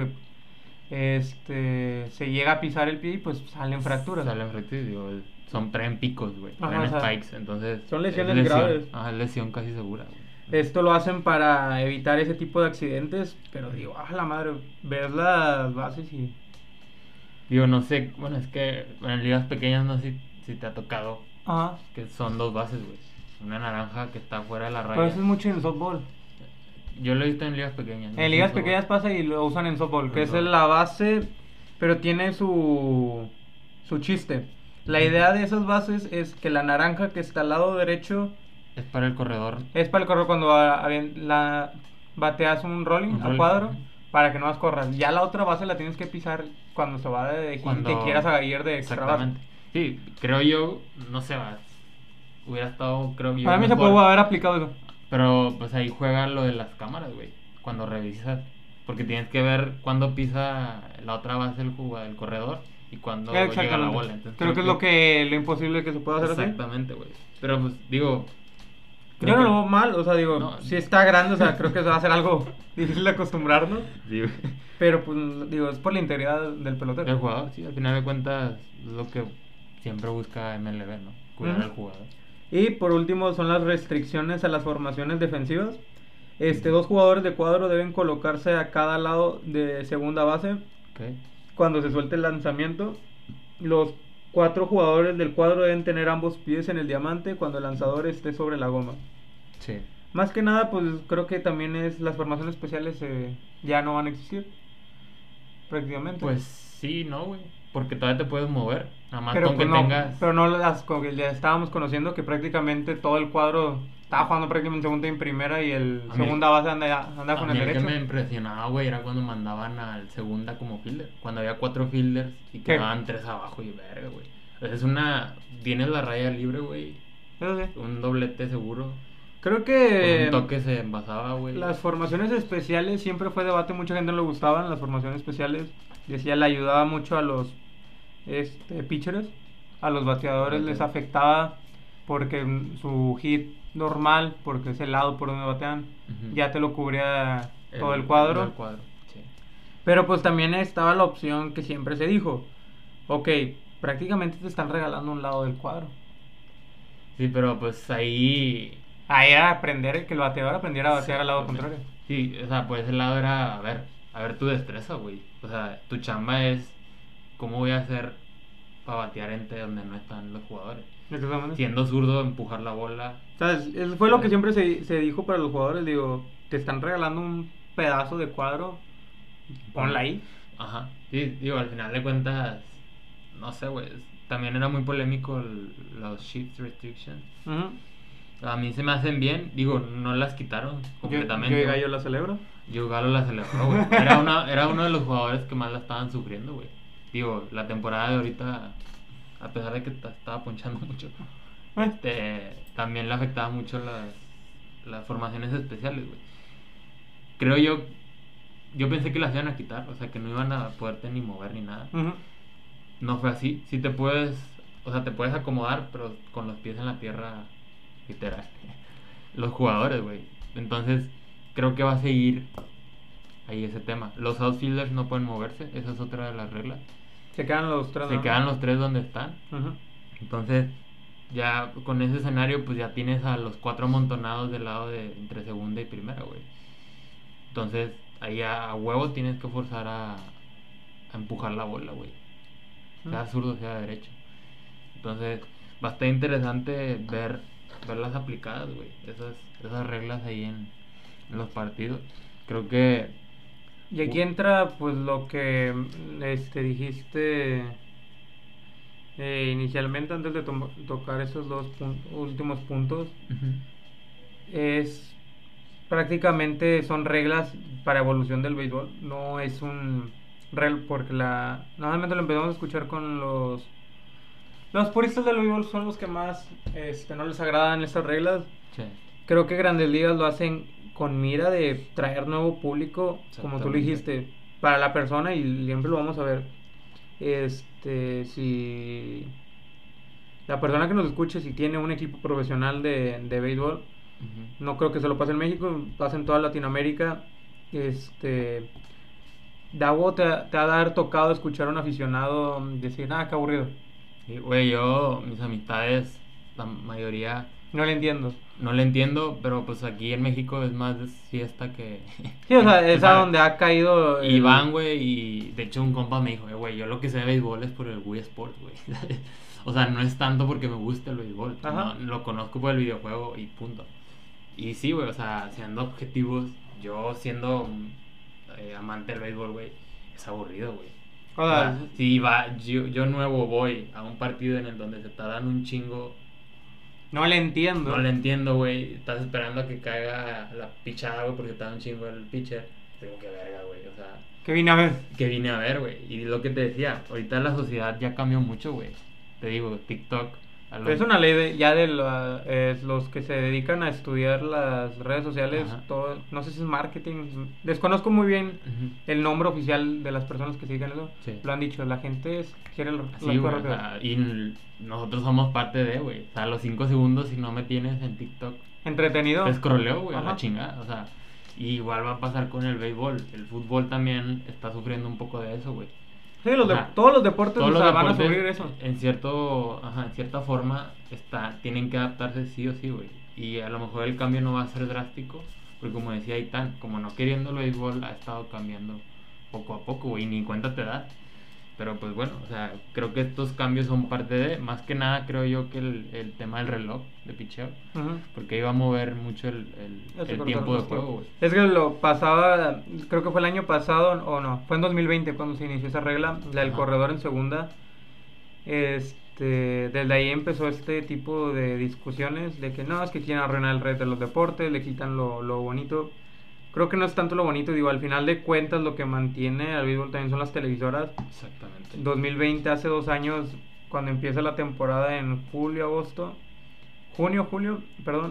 A: se llega a pisar el pie y pues salen fracturas.
B: Digo, son traen picos, güey. Traen spikes, entonces
A: son lesiones graves.
B: Es lesión casi segura, güey.
A: Esto lo hacen para evitar ese tipo de accidentes, pero digo, la madre, ves las bases y...
B: Digo, no sé, bueno, es que en ligas pequeñas no sé si te ha tocado. Que son 2 bases, güey. Una naranja que está fuera de la raya.
A: Pero eso es mucho en el softball.
B: Yo lo he visto en ligas pequeñas.
A: En ligas pequeñas pasa y lo usan en softball, que es la base, pero tiene su chiste. La idea de esas bases es que la naranja que está al lado derecho...
B: Es para el corredor.
A: Es para el corredor cuando bateas un rolling a cuadro. para que no las corras. Ya la otra base la tienes que pisar cuando se va de
B: Cuando
A: te quieras a ir de extra base.
B: exactamente. Sí, creo yo, no sé, hubiera estado, creo yo,
A: Para mí se
B: mejor.
A: puede haber aplicado eso.
B: Pero pues ahí juega lo de las cámaras, güey. Cuando revisas. Porque tienes que ver cuándo pisa la otra base el corredor y cuándo llega la bola. Entonces,
A: creo que es lo imposible que se pueda hacer así.
B: Exactamente, güey. Pero pues digo...
A: Yo no lo veo mal, o sea, digo,
B: no,
A: si está grande, o sea, creo que se va a hacer algo difícil de acostumbrarnos.
B: Sí, güey.
A: Pero pues, digo, es por la integridad del pelotero.
B: El jugador, sí, al final de cuentas es lo que siempre busca MLB, ¿no? Cuidar al jugador.
A: Y por último son las restricciones a las formaciones defensivas. 2 jugadores de cuadro deben colocarse a cada lado de segunda base.
B: Okay.
A: Cuando se suelte el lanzamiento. Los 4 jugadores del cuadro deben tener ambos pies en el diamante cuando el lanzador esté sobre la goma.
B: Sí.
A: Más que nada, pues creo que también las formaciones especiales ya no van a existir. Prácticamente.
B: Pues sí, no, güey. Porque todavía te puedes mover. Nada más
A: pero
B: con
A: pues
B: que
A: no,
B: tengas.
A: pero no las como que ya estábamos conociendo que prácticamente todo el cuadro estaba jugando prácticamente en segunda y en primera y el segunda base anda con el derecho.
B: Lo que me impresionaba, güey, era cuando mandaban al segunda como fielder. Cuando había 4 fielders y quedaban 3 abajo y verga, güey. Es tienes la raya libre, güey.
A: Eso sí.
B: Un doblete seguro.
A: Creo que
B: Con un toque se envasaba, güey.
A: Las formaciones especiales siempre fue debate, mucha gente no le gustaban las formaciones especiales. Decía, le ayudaba mucho a los pitchers, a los bateadores les afectaba porque su hit normal, porque es el lado por donde batean, ya te lo cubría todo el cuadro.
B: Sí.
A: Pero pues también estaba la opción que siempre se dijo, ok, prácticamente te están regalando un lado del cuadro.
B: Sí, pero pues ahí
A: era aprender, que el bateador aprendiera a batear al lado contrario.
B: Sí, o sea, pues ese lado era, a ver tu destreza, güey. O sea, tu chamba es cómo voy a hacer para batear entre donde no están los jugadores. Siendo zurdo, empujar la bola.
A: ¿Sabes? Fue lo que siempre se dijo para los jugadores. Digo, te están regalando un pedazo de cuadro, ponla ahí.
B: Ajá. Sí, digo, al final de cuentas, no sé, güey. También era muy polémico los shift restrictions. A mí se me hacen bien, digo, no las quitaron completamente.
A: Yo Gallo la celebro.
B: Yo Galo la celebró, güey. Era uno de los jugadores que más la estaban sufriendo, güey. Digo, la temporada de ahorita, a pesar de que estaba ponchando mucho, también le afectaba mucho las formaciones especiales, güey. Creo yo pensé que las iban a quitar, o sea, que no iban a poderte ni mover ni nada. No fue así. Sí te puedes acomodar, pero con los pies en la tierra, literal. Los jugadores, güey. Entonces, creo que va a seguir ahí ese tema. Los outfielders no pueden moverse, esa es otra de las reglas.
A: Se quedan los 3.
B: Se quedan los 3 donde están. Entonces, ya con ese escenario, pues ya tienes a los 4 amontonados del lado de entre segunda y primera, güey. Entonces, ahí a huevo tienes que forzar a empujar la bola, güey. Sea zurdo, sea derecho. Entonces, va a estar interesante verlas aplicadas, güey. Esas reglas ahí en los partidos. Creo que...
A: Y aquí entra, pues, lo que dijiste inicialmente, antes de tocar esos 2 últimos puntos. Es... Prácticamente son reglas para evolución del béisbol. No es un... porque normalmente lo empezamos a escuchar con los puristas del béisbol, son los que más no les agradan estas reglas.
B: Sí.
A: Creo que Grandes Ligas lo hacen con mira de traer nuevo público, como tú lo dijiste, para la persona, y siempre lo vamos a ver. Si la persona que nos escuche, si tiene un equipo profesional de béisbol, no creo que solo pase en México, pasa en toda Latinoamérica. Davo te ha de haber tocado escuchar a un aficionado decir, qué aburrido.
B: Sí, güey, mis amistades, la mayoría...
A: No le entiendo.
B: No le entiendo, pero pues aquí en México es más fiesta que...
A: Sí, o sea, es a donde ha caído...
B: Y van, güey, y de hecho un compa me dijo, güey, yo lo que sé de béisbol es por el Wii Sports, güey. O sea, no es tanto porque me gusta el béisbol, no, lo conozco por el videojuego y punto. Y sí, güey, o sea, siendo objetivos, yo siendo amante del béisbol, güey, es aburrido, güey. O sea, si yo nuevo voy a un partido en el donde se te dan un chingo...
A: No le entiendo,
B: güey. Estás esperando a que caiga la pichada, güey, porque te da un chingo el pitcher. Digo, que verga, güey. O sea,
A: ¿Qué vine a ver?
B: Que vine a ver, güey. Y lo que te decía, ahorita la sociedad ya cambió mucho, güey. Te digo, TikTok.
A: Pero es una ley ya de los que se dedican a estudiar las redes sociales, todo, no sé si es marketing, desconozco muy bien el nombre oficial de las personas que se dedican a eso, lo han dicho, la gente quiere
B: sí, güey, y nosotros somos parte de, güey, o sea, a los 5 segundos si no me tienes en TikTok
A: entretenido,
B: te scrolleo, güey, a la chingada, o sea, y igual va a pasar con el béisbol, el fútbol también está sufriendo un poco de eso, güey.
A: Sí, todos los deportes van a sufrir eso.
B: En cierta forma tienen que adaptarse sí o sí, güey. Y a lo mejor el cambio no va a ser drástico, porque como decía Aitán, como no queriendo el béisbol ha estado cambiando poco a poco, güey, ni cuenta te das. Pero pues bueno, o sea, creo que estos cambios son parte de, más que nada creo yo que el tema del reloj de picheo, porque iba a mover mucho el tiempo de juego, güey.
A: Es que lo pasaba, creo que fue el año pasado, o no, fue en 2020 cuando se inició esa regla, la del corredor en segunda. Desde ahí empezó este tipo de discusiones de que no, es que quieren arruinar el red de los deportes, le quitan lo bonito. Creo que no es tanto lo bonito, digo, al final de cuentas lo que mantiene al béisbol también son las televisoras.
B: Exactamente.
A: 2020, hace 2 años, cuando empieza la temporada en julio, perdón,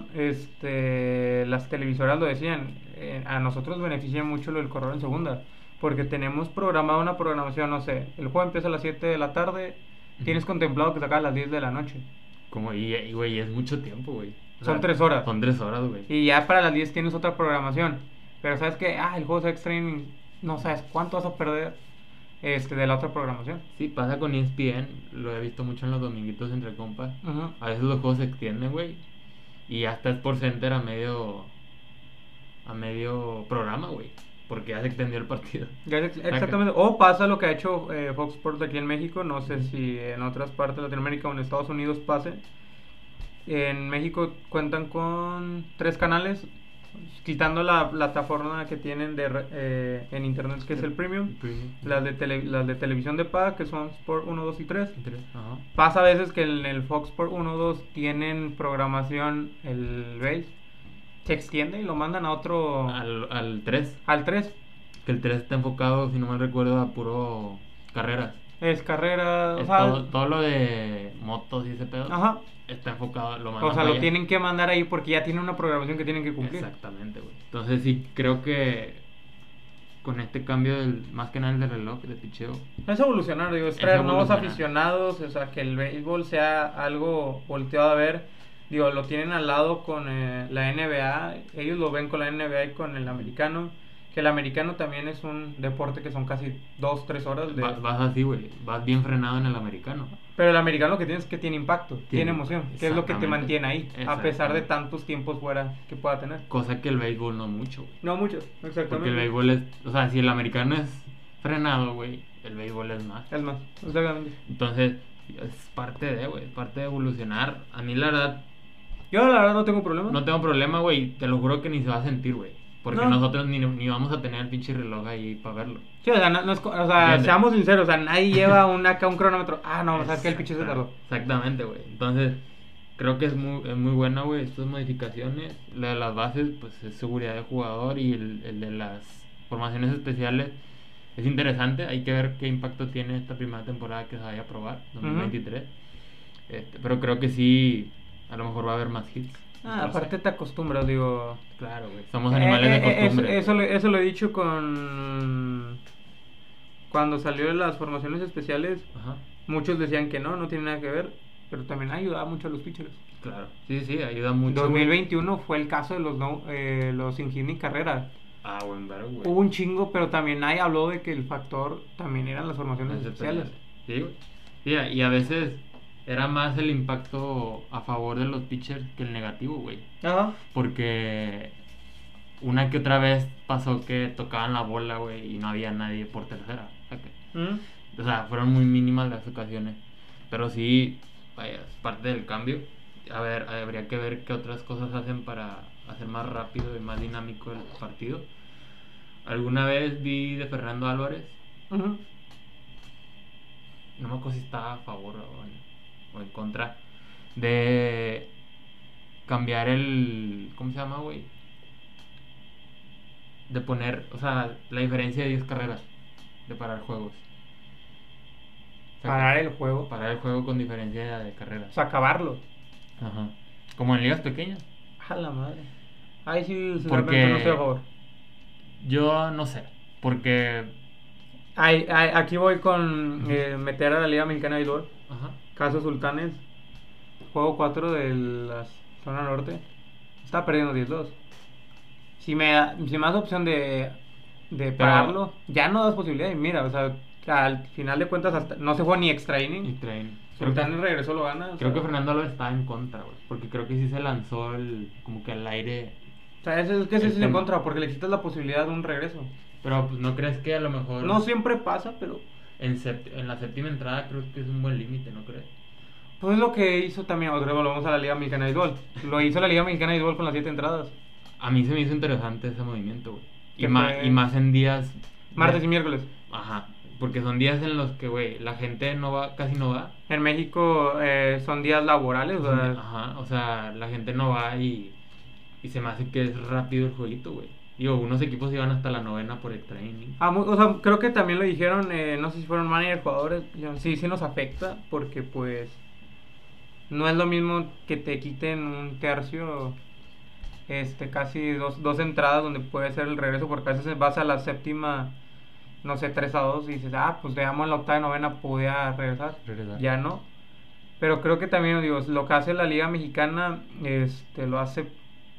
A: las televisoras lo decían, a nosotros beneficia mucho lo del corredor en segunda, porque tenemos programada una programación, no sé, el juego empieza a las 7 de la tarde, tienes contemplado que se acaba a las 10 de la noche.
B: Como, y güey, es mucho tiempo, güey.
A: Son 3 horas.
B: Son 3 horas, güey.
A: Y ya para las 10 tienes otra programación. Pero sabes que, el juego es extra inning, no sabes cuánto vas a perder de la otra programación.
B: Sí, pasa con ESPN, lo he visto mucho en los dominguitos entre compas. A veces los juegos se extienden, güey. Y hasta es por center a medio programa, güey. Porque ya se extendió el partido.
A: Exactamente. O pasa lo que ha hecho Fox Sports aquí en México. No sé si en otras partes de Latinoamérica o en Estados Unidos pase. En México cuentan con 3 canales, quitando la plataforma que tienen en internet, que es el Premium. Las de televisión de paga, que son Sport 1, 2 y 3. Pasa a veces que en el Fox Sport 1, 2 tienen programación el base, se extiende y lo mandan a otro...
B: Al 3.
A: Al 3.
B: Que el 3 está enfocado, si no mal recuerdo, a puro carreras.
A: Es carrera...
B: todo lo de motos y ese pedo.
A: Ajá.
B: Está enfocado,
A: lo tienen que mandar ahí porque ya tiene una programación que tienen que cumplir.
B: Exactamente, güey. Entonces sí, creo que con este cambio más que nada el del reloj de picheo
A: es evolucionar, digo, es traer nuevos aficionados, o sea, que el béisbol sea algo volteado a ver. Digo, lo tienen al lado con la NBA, ellos lo ven con la NBA y con el americano. Que el americano también es un deporte que son casi 2-3 horas.
B: Vas así, güey, vas bien frenado en el americano.
A: Pero el americano lo que tiene es que tiene impacto, tiene emoción, que es lo que te mantiene ahí, a pesar de tantos tiempos fuera que pueda tener.
B: Cosa que el béisbol no mucho, güey.
A: No mucho, exactamente.
B: Porque el béisbol es, o sea, si el americano es frenado, güey, el béisbol es más.
A: Es más, exactamente.
B: Entonces, es parte de evolucionar. A mí la verdad...
A: Yo la verdad no tengo problema.
B: No tengo problema, güey, te lo juro que ni se va a sentir, güey. Porque nosotros ni vamos a tener el pinche reloj ahí para verlo.
A: Sí, o sea, seamos sinceros, o sea, nadie lleva un cronómetro. No, sabes que el pinche se tardó.
B: Exactamente, güey. Entonces, creo que es muy buena, güey, estas modificaciones. La de las bases, pues es seguridad de jugador, y el de las formaciones especiales es interesante. Hay que ver qué impacto tiene esta primera temporada que se vaya a probar, 2023. Pero creo que sí, a lo mejor va a haber más hits.
A: Aparte te acostumbras, digo.
B: Claro, güey. Somos animales de costumbre.
A: Eso lo he dicho cuando salió de las formaciones especiales. Muchos decían que no tiene nada que ver, pero también ayudaba mucho a los pitchers.
B: Claro, sí, ayuda mucho.
A: 2021 fue el caso de los sin hit ni carrera.
B: Bueno, güey.
A: Hubo un chingo, pero también nadie habló de que el factor también eran las formaciones especiales.
B: Sí, güey. Sí, y a veces era más el impacto a favor de los pitchers que el negativo, güey. Porque una que otra vez pasó que tocaban la bola, güey, y no había nadie por tercera. O sea, fueron muy mínimas las ocasiones. Pero sí, vaya, es parte del cambio. A ver, habría que ver qué otras cosas hacen para hacer más rápido y más dinámico el partido. Alguna vez vi de Fernando Álvarez. No me acuerdo si estaba a favor o en contra de cambiar ¿cómo se llama, güey? De poner, o sea, la diferencia de 10 carreras. de parar juegos. O sea,
A: Parar el juego.
B: Parar el juego con diferencia de carrera.
A: O sea, acabarlo.
B: Ajá. Como en ligas pequeñas.
A: A la madre. Ahí sí,
B: Porque
A: no estoy a favor.
B: Yo no sé. Porque.
A: Aquí voy con meter a la Liga Mexicana de Béisbol.
B: Ajá.
A: Caso Sultanes. Juego 4 de la zona norte. Estaba perdiendo 10-2. Si me das opción de pararlo, ya no das posibilidad. Y mira, o sea, al final de cuentas hasta no se fue ni extra inning. Sultanes regresó, lo gana.
B: Creo que Fernando Alvarez estaba en contra, güey. Porque creo que sí se lanzó como que al aire.
A: O sea, es que sí es en contra, porque le quitas la posibilidad de un regreso.
B: Pero pues no crees que a lo mejor.
A: No siempre pasa, pero.
B: En la séptima entrada creo que es un buen límite, ¿no crees?
A: Pues es lo que hizo también, otra vez volvemos a la Liga Mexicana de Béisbol. Lo hizo la Liga Mexicana de Béisbol con las 7 entradas.
B: A mí se me hizo interesante ese movimiento, güey. Y más en días.
A: Martes y miércoles.
B: Ajá. Porque son días en los que, güey, la gente no va, casi no va.
A: En México son días laborales, o sea.
B: Ajá, o sea, la gente no va y se me hace que es rápido el jueguito, güey. Digo, unos equipos iban hasta la novena por extra inning.
A: O sea, creo que también lo dijeron, no sé si fueron managers, jugadores, sí nos afecta, porque pues no es lo mismo que te quiten un tercio, casi dos entradas donde puede ser el regreso, porque a veces vas a la séptima, no sé, 3-2 y dices, pues veamos en la octava y novena podía regresar. Ya no. Pero creo que también, digo, lo que hace la Liga Mexicana, lo hace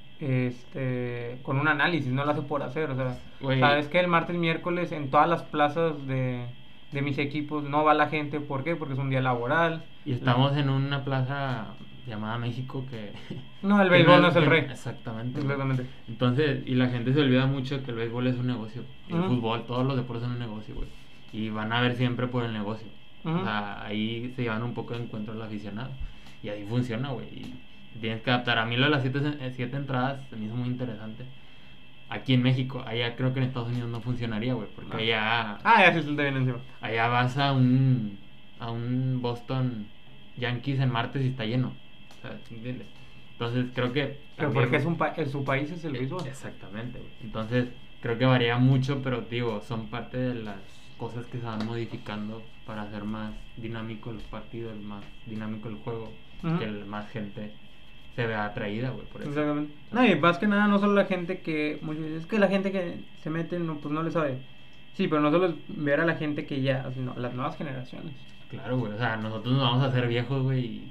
A: con un análisis, no lo hace por hacer, o sea, sabes que el martes, miércoles en todas las plazas de mis equipos no va la gente, ¿por qué? Porque es un día laboral.
B: Y estamos en una plaza llamada México que...
A: No, el béisbol no es el rey.
B: Exactamente.
A: Entonces,
B: y la gente se olvida mucho que el béisbol es un negocio. El fútbol, todos los deportes son un negocio, güey. Y van a ver siempre por el negocio. O sea, ahí se llevan un poco de encuentro al aficionado. Y ahí funciona, güey. Y tienes que adaptar. A mí lo de las 7 entradas se me hizo muy interesante. Aquí en México, allá creo que en Estados Unidos no funcionaría, güey. Porque allá...
A: ya se te viene encima.
B: Allá vas a un Boston Yankees en martes y está lleno. O sea, ¿entiendes? Entonces creo que...
A: Pero porque su país es el béisbol.
B: Exactamente, güey. Entonces creo que varía mucho, pero digo, son parte de las cosas que se van modificando para hacer más dinámico los partidos, más dinámico el juego, que más gente se vea atraída, güey, por eso.
A: Exactamente. No, y más que nada, no solo la gente que... Es que la gente que se mete, pues no le sabe. Sí, pero no solo es ver a la gente que ya... sino las nuevas generaciones.
B: Claro, güey. O sea, nosotros nos vamos a hacer viejos, güey,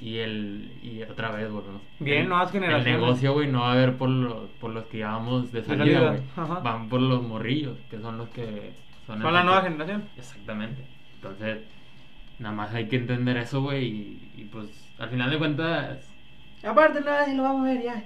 B: y otra vez, güey.
A: Bien, nuevas generaciones.
B: El negocio, güey, no va a ver por los que llevamos de salida, güey. Van por los morrillos, que son los que...
A: Son la nueva generación.
B: Exactamente. Entonces, nada más hay que entender eso, güey, y pues, al final de cuentas...
A: Aparte, nadie lo vamos a ver ya.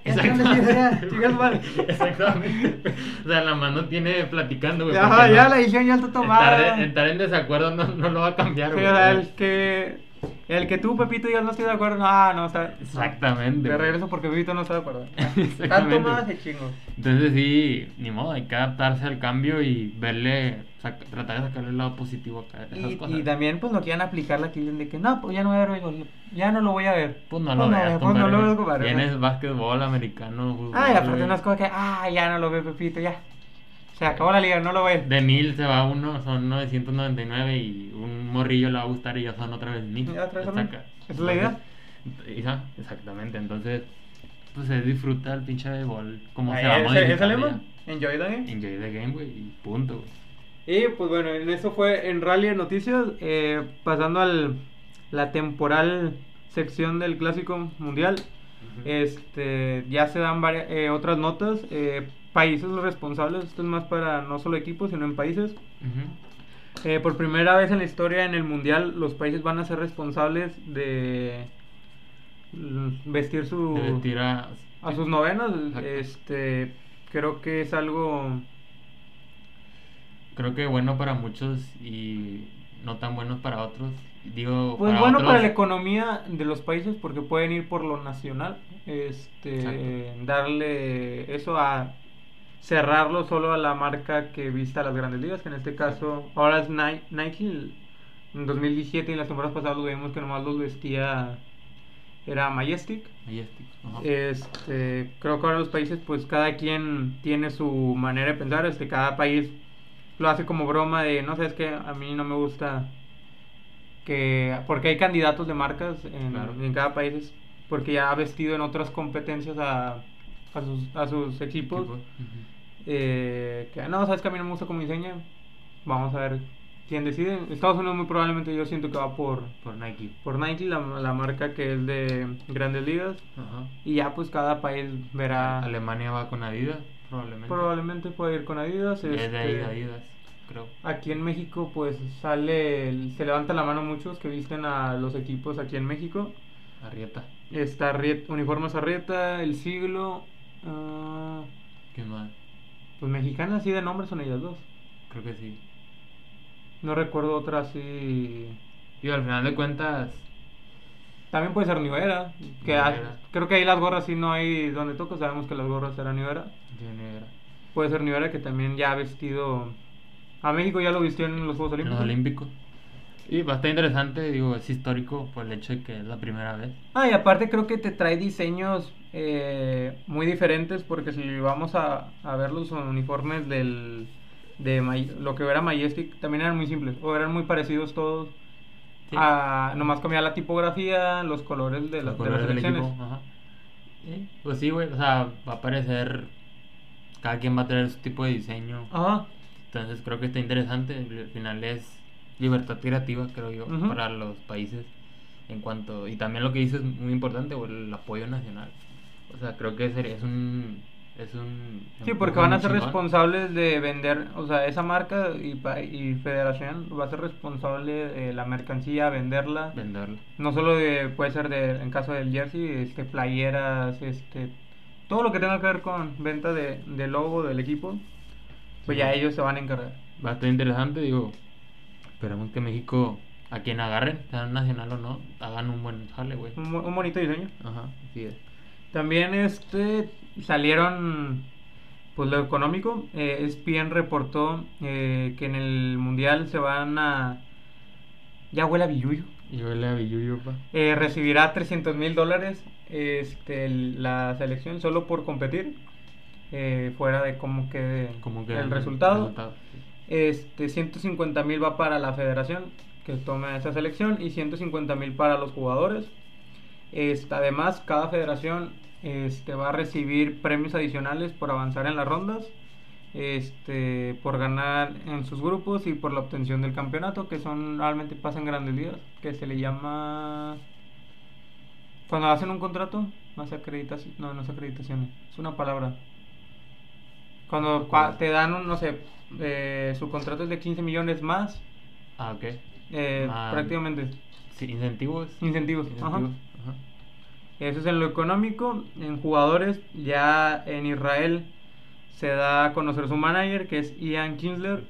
B: Exactamente. O sea, la mano tiene platicando, güey.
A: Ya la edición ya está tomada.
B: Estar en desacuerdo no lo va a cambiar, güey.
A: Sí, o sea, el que tú, Pepito, digas no estoy de acuerdo, no está.
B: Exactamente.
A: De regreso porque Pepito no está de acuerdo.
B: Exactamente.
A: Tanto más de chingo.
B: Entonces, sí, ni modo, hay que adaptarse al cambio y verle, tratar de sacarle el lado positivo a esas cosas.
A: Y también, pues, no quieran aplicar la que dicen de que no, pues ya no voy a ver béisbol, ya no lo voy a ver.
B: Pues no lo veas,
A: pues no lo veas, compadre.
B: Tienes básquetbol, americano, fútbol.
A: Y aparte unas cosas que, ya no lo ve Pepito, ya. Se acabó la liga, no lo ve.
B: De 1000 se va uno, son 999 y un morrillo le va a gustar y ya son otra vez 1000.
A: ¿Esa es la idea?
B: Exactamente, entonces, pues se disfruta el pinche béisbol. Como se va a
A: modificar. ¿Es el lema? Enjoy the game.
B: Enjoy the game, güey, y punto, güey.
A: Y pues bueno, en eso fue en Rally de Noticias, pasando a la temporal sección del Clásico Mundial. Ya se dan varias otras notas, países responsables, esto es más para no solo equipos, sino en países. Por primera vez en la historia en el Mundial, los países van a ser responsables de vestir a sus novenas. Creo que es algo...
B: Creo que bueno para muchos y no tan buenos para otros. Digo,
A: pues para bueno otros... para la economía de los países porque pueden ir por lo nacional, darle eso a cerrarlo solo a la marca que vista las grandes ligas, que en este caso ahora es Nike. En 2017 y en las temporadas pasadas lo vimos que nomás los vestía, era Majestic. Creo que ahora los países, pues cada quien tiene su manera de pensar, cada país lo hace como broma de, no sabes que a mí no me gusta porque hay candidatos de marcas en cada país, porque ya ha vestido en otras competencias a sus equipos. Que no, sabes que a mí no me gusta cómo diseña, vamos a ver quién decide. Estados Unidos muy probablemente yo siento que va por
B: Nike.
A: Por Nike, la marca que es de Grandes Ligas. Y ya pues cada país verá.
B: Alemania va con Adidas,
A: probablemente puede ir con Adidas.
B: Es de ahí Adidas, creo.
A: Aquí en México pues se levanta la mano muchos que visten a los equipos aquí en México.
B: Arrieta.
A: Está Uniformes Arrieta, El Siglo.
B: ¿Qué más?
A: Pues mexicanas así de nombre son ellas dos.
B: Creo que sí.
A: No recuerdo otra así.
B: Y al final de cuentas.
A: También puede ser New Era. Creo que ahí las gorras sí no hay donde toca. Sabemos que las gorras eran New Era. Puede ser New Era, que también ya ha vestido. A México ya lo vistió en los Juegos Olímpicos.
B: En los Olímpicos. Y bastante interesante, digo, es histórico por el hecho de que es la primera vez.
A: Y aparte creo que te trae diseños muy diferentes, porque si vamos a ver los uniformes lo que era Majestic, también eran muy simples, o eran muy parecidos todos. Sí. Nomás cambiaba la tipografía, los colores de las selecciones.
B: Ajá. Pues sí, güey, o sea, va a aparecer, cada quien va a tener su tipo de diseño.
A: Ajá.
B: Entonces creo que está interesante, al final es libertad creativa, creo yo, para los países. Y también lo que dices es muy importante, el apoyo nacional. O sea, creo que es un
A: sí, porque van a ser responsables de vender, o sea, esa marca y Federación va a ser responsable de la mercancía, venderla. No solo puede ser en caso del jersey, playeras, todo lo que tenga que ver con venta de logo del equipo, pues ya ellos se van a encargar.
B: Bastante interesante, digo. Esperemos que México, a quien agarren, sean nacional o no, hagan un buen jale, güey.
A: Un bonito diseño.
B: Ajá, así es.
A: También salieron, pues lo económico. ESPN reportó que en el Mundial se van a... Ya huele a billuyo.
B: Pa.
A: Recibirá $300,000 la selección solo por competir. Fuera de cómo quede el resultado. 150,000 va para la federación que toma esa selección y 150,000 para los jugadores. Además, cada federación va a recibir premios adicionales por avanzar en las rondas, por ganar en sus grupos y por la obtención del campeonato, que normalmente pasan grandes ligas, que se le llama cuando hacen un contrato, no es acreditación, es una palabra. Cuando te dan no sé, su contrato es de 15 millones más.
B: Ok.
A: Prácticamente.
B: Sí, incentivos.
A: Ajá. Eso es en lo económico. En jugadores, ya en Israel se da a conocer su manager, que es Ian Kinsler.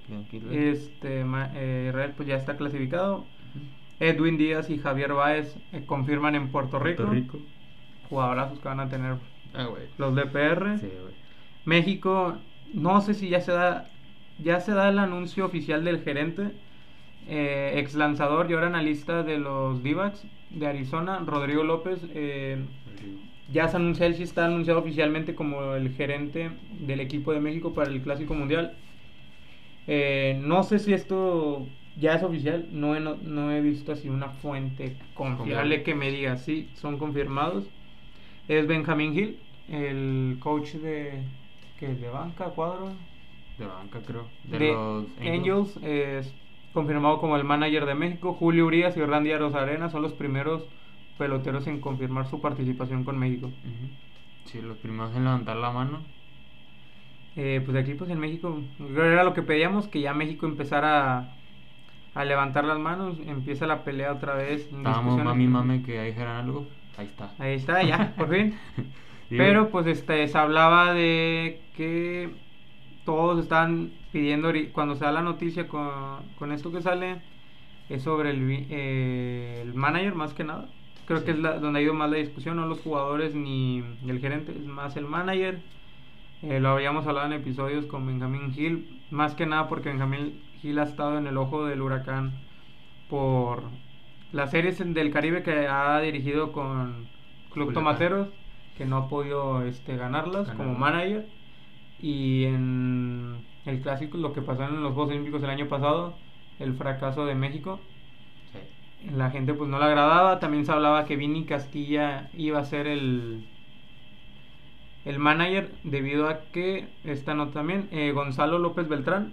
A: Israel pues ya está clasificado. Edwin Díaz y Javier Báez confirman en Puerto Rico. Jugadorazos que van a tener los DPR.
B: Sí, güey.
A: México, no sé si ya se da el anuncio oficial del gerente, ex lanzador y ahora analista de los D-backs de Arizona, Rodrigo López. Ya se anuncia, él sí está anunciado oficialmente como el gerente del equipo de México para el Clásico Mundial. No sé si esto ya es oficial, no he visto así una fuente confiable que me diga sí, son confirmados. Es Benjamín Gil, el coach de banca, cuadro.
B: De banca, creo.
A: De los Angels. Es confirmado como el manager de México. Julio Urias y Randy Arozarena son los primeros peloteros en confirmar su participación con México.
B: Sí, los primeros en levantar la mano.
A: Pues aquí pues en México era lo que pedíamos, que ya México empezara a levantar las manos. Empieza la pelea otra vez.
B: Estábamos mame que dijeran algo. Ahí está, ya, por fin. Sí, pero pues se hablaba de que todos estaban pidiendo, cuando se da la noticia con esto que sale, es sobre el manager más que nada. Creo que es donde ha ido más la discusión, no los jugadores ni el gerente, es más el manager. Lo habíamos hablado en episodios con Benjamín Gil, más que nada porque Benjamín Gil ha estado en el ojo del huracán por las series del Caribe que ha dirigido con Club Tomateros, que no ha podido ganarlas como manager. Y en
A: el clásico, lo que pasó en los Juegos Olímpicos el año pasado, el fracaso de México. Sí. La gente pues no le agradaba. También se hablaba que Vini Castilla iba a ser el manager, debido a que esta nota también, Gonzalo López Beltrán,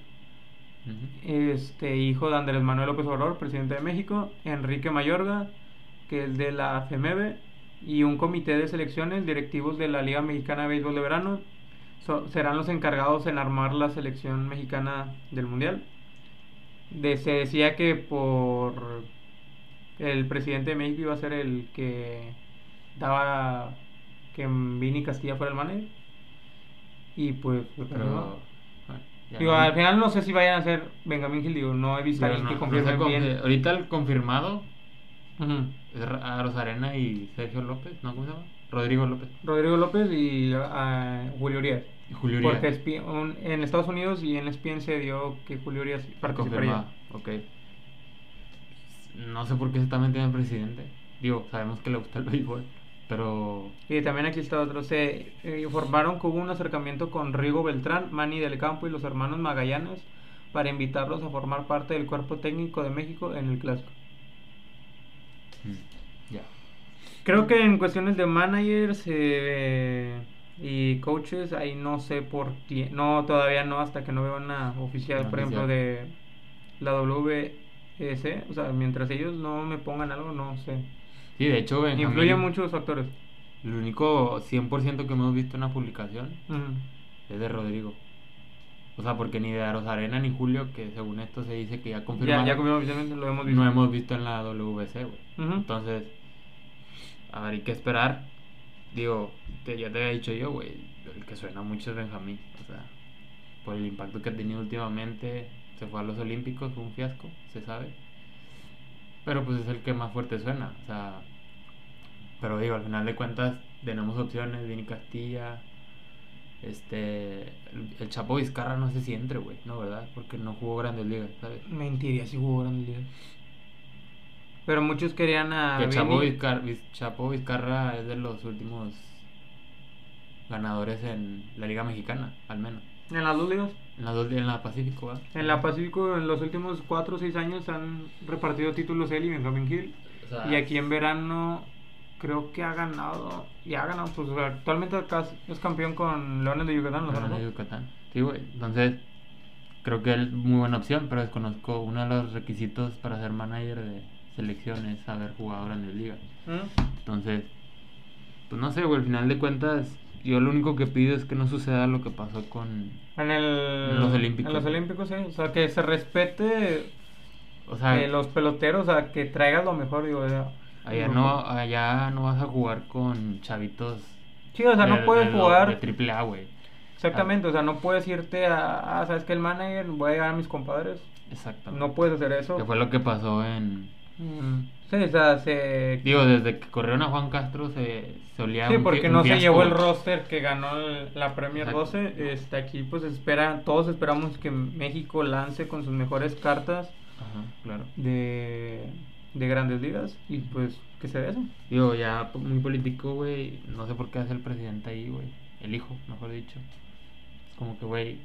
A: hijo de Andrés Manuel López Obrador, presidente de México, Enrique Mayorga, que es de la FEMEBE, y un comité de selecciones directivos de la Liga Mexicana de Béisbol de Verano serán los encargados en armar la selección mexicana del Mundial. Se decía que por el presidente de México iba a ser el que daba que Vini Castilla fuera el manager, y pues pero digo, al final no sé si vayan a ser Benjamín Gil, digo, no he visto a alguien que confirme bien.
B: Ahorita el confirmado es a Rosarena y Sergio López, ¿no? ¿Cómo se llama? Rodrigo López
A: y Julio Urias. Porque en Estados Unidos y en ESPN se dio que Julio Urias participaría.
B: Ok. No sé por qué se está metiendo el presidente. Digo, sabemos que le gusta el béisbol, pero...
A: Y también aquí está otro. Se informaron que hubo un acercamiento con Rigo Beltrán, Manny del Campo y los hermanos Magallanes para invitarlos a formar parte del cuerpo técnico de México en el Clásico.
B: Ya.
A: Creo que en cuestiones de managers y coaches, ahí no sé por qué. No, todavía no, hasta que no veo una oficial, por ejemplo, de la WEC. O sea, mientras ellos no me pongan algo, no sé.
B: Sí, de hecho, Benjamín,
A: influyen muchos factores.
B: El único 100% que hemos visto en una publicación es de Rodrigo. O sea, porque ni de Rosarena ni Julio, que según esto se dice que ya confirmaron.
A: Ya confirmado oficialmente, lo hemos visto.
B: No hemos visto en la WBC, güey. Entonces, a ver, hay que esperar. Digo, ya te había dicho yo, güey, el que suena mucho es Benjamín. O sea, por el impacto que ha tenido últimamente, se fue a los Olímpicos, fue un fiasco, se sabe. Pero pues es el que más fuerte suena, o sea... Pero digo, al final de cuentas tenemos opciones, Vini Castilla, el Chapo Vizcarra no sé si entre, güey, no, ¿verdad? Porque no jugó Grandes Ligas, ¿sabes?
A: Mentiría, si jugó Grandes Ligas. Pero muchos querían a
B: que Chapo Vizcarra es de los últimos ganadores en la Liga Mexicana, al menos.
A: ¿En las dos ligas?
B: En la Pacífico, ¿verdad?
A: En la Pacífico, en los últimos 4 o 6 años han repartido títulos él y Benjamín Gil. O sea, y aquí en verano creo que ha ganado. Y ha ganado, pues actualmente acá es campeón con Leones de Yucatán.
B: Leones de Yucatán, sí, güey. Entonces, creo que es muy buena opción, pero desconozco uno de los requisitos para ser manager de selecciones, saber jugar Grandes Ligas. Entonces, pues no sé, güey, al final de cuentas, yo lo único que pido es que no suceda lo que pasó en los Olímpicos.
A: En los Olímpicos, sí. O sea, que se respete, o sea, los peloteros, o sea, que traigas lo mejor, digo.
B: Allá no vas a jugar con chavitos.
A: Sí, o sea, no puedes jugar
B: de triple A, güey.
A: Exactamente, o sea, no puedes irte ¿sabes qué? El manager, voy a llegar a mis compadres.
B: Exactamente.
A: No puedes hacer eso.
B: Que fue lo que pasó en...
A: Sí, o sea,
B: Digo, desde que corrieron a Juan Castro se olía
A: sí, porque no se llevó el roster que ganó la Premier 12. Aquí pues todos esperamos que México lance con sus mejores cartas.
B: Ajá, claro.
A: De Grandes Ligas, y pues que se dé eso.
B: Digo, ya muy político, güey, no sé por qué hace el presidente ahí, güey, el hijo, mejor dicho. Es como que, güey,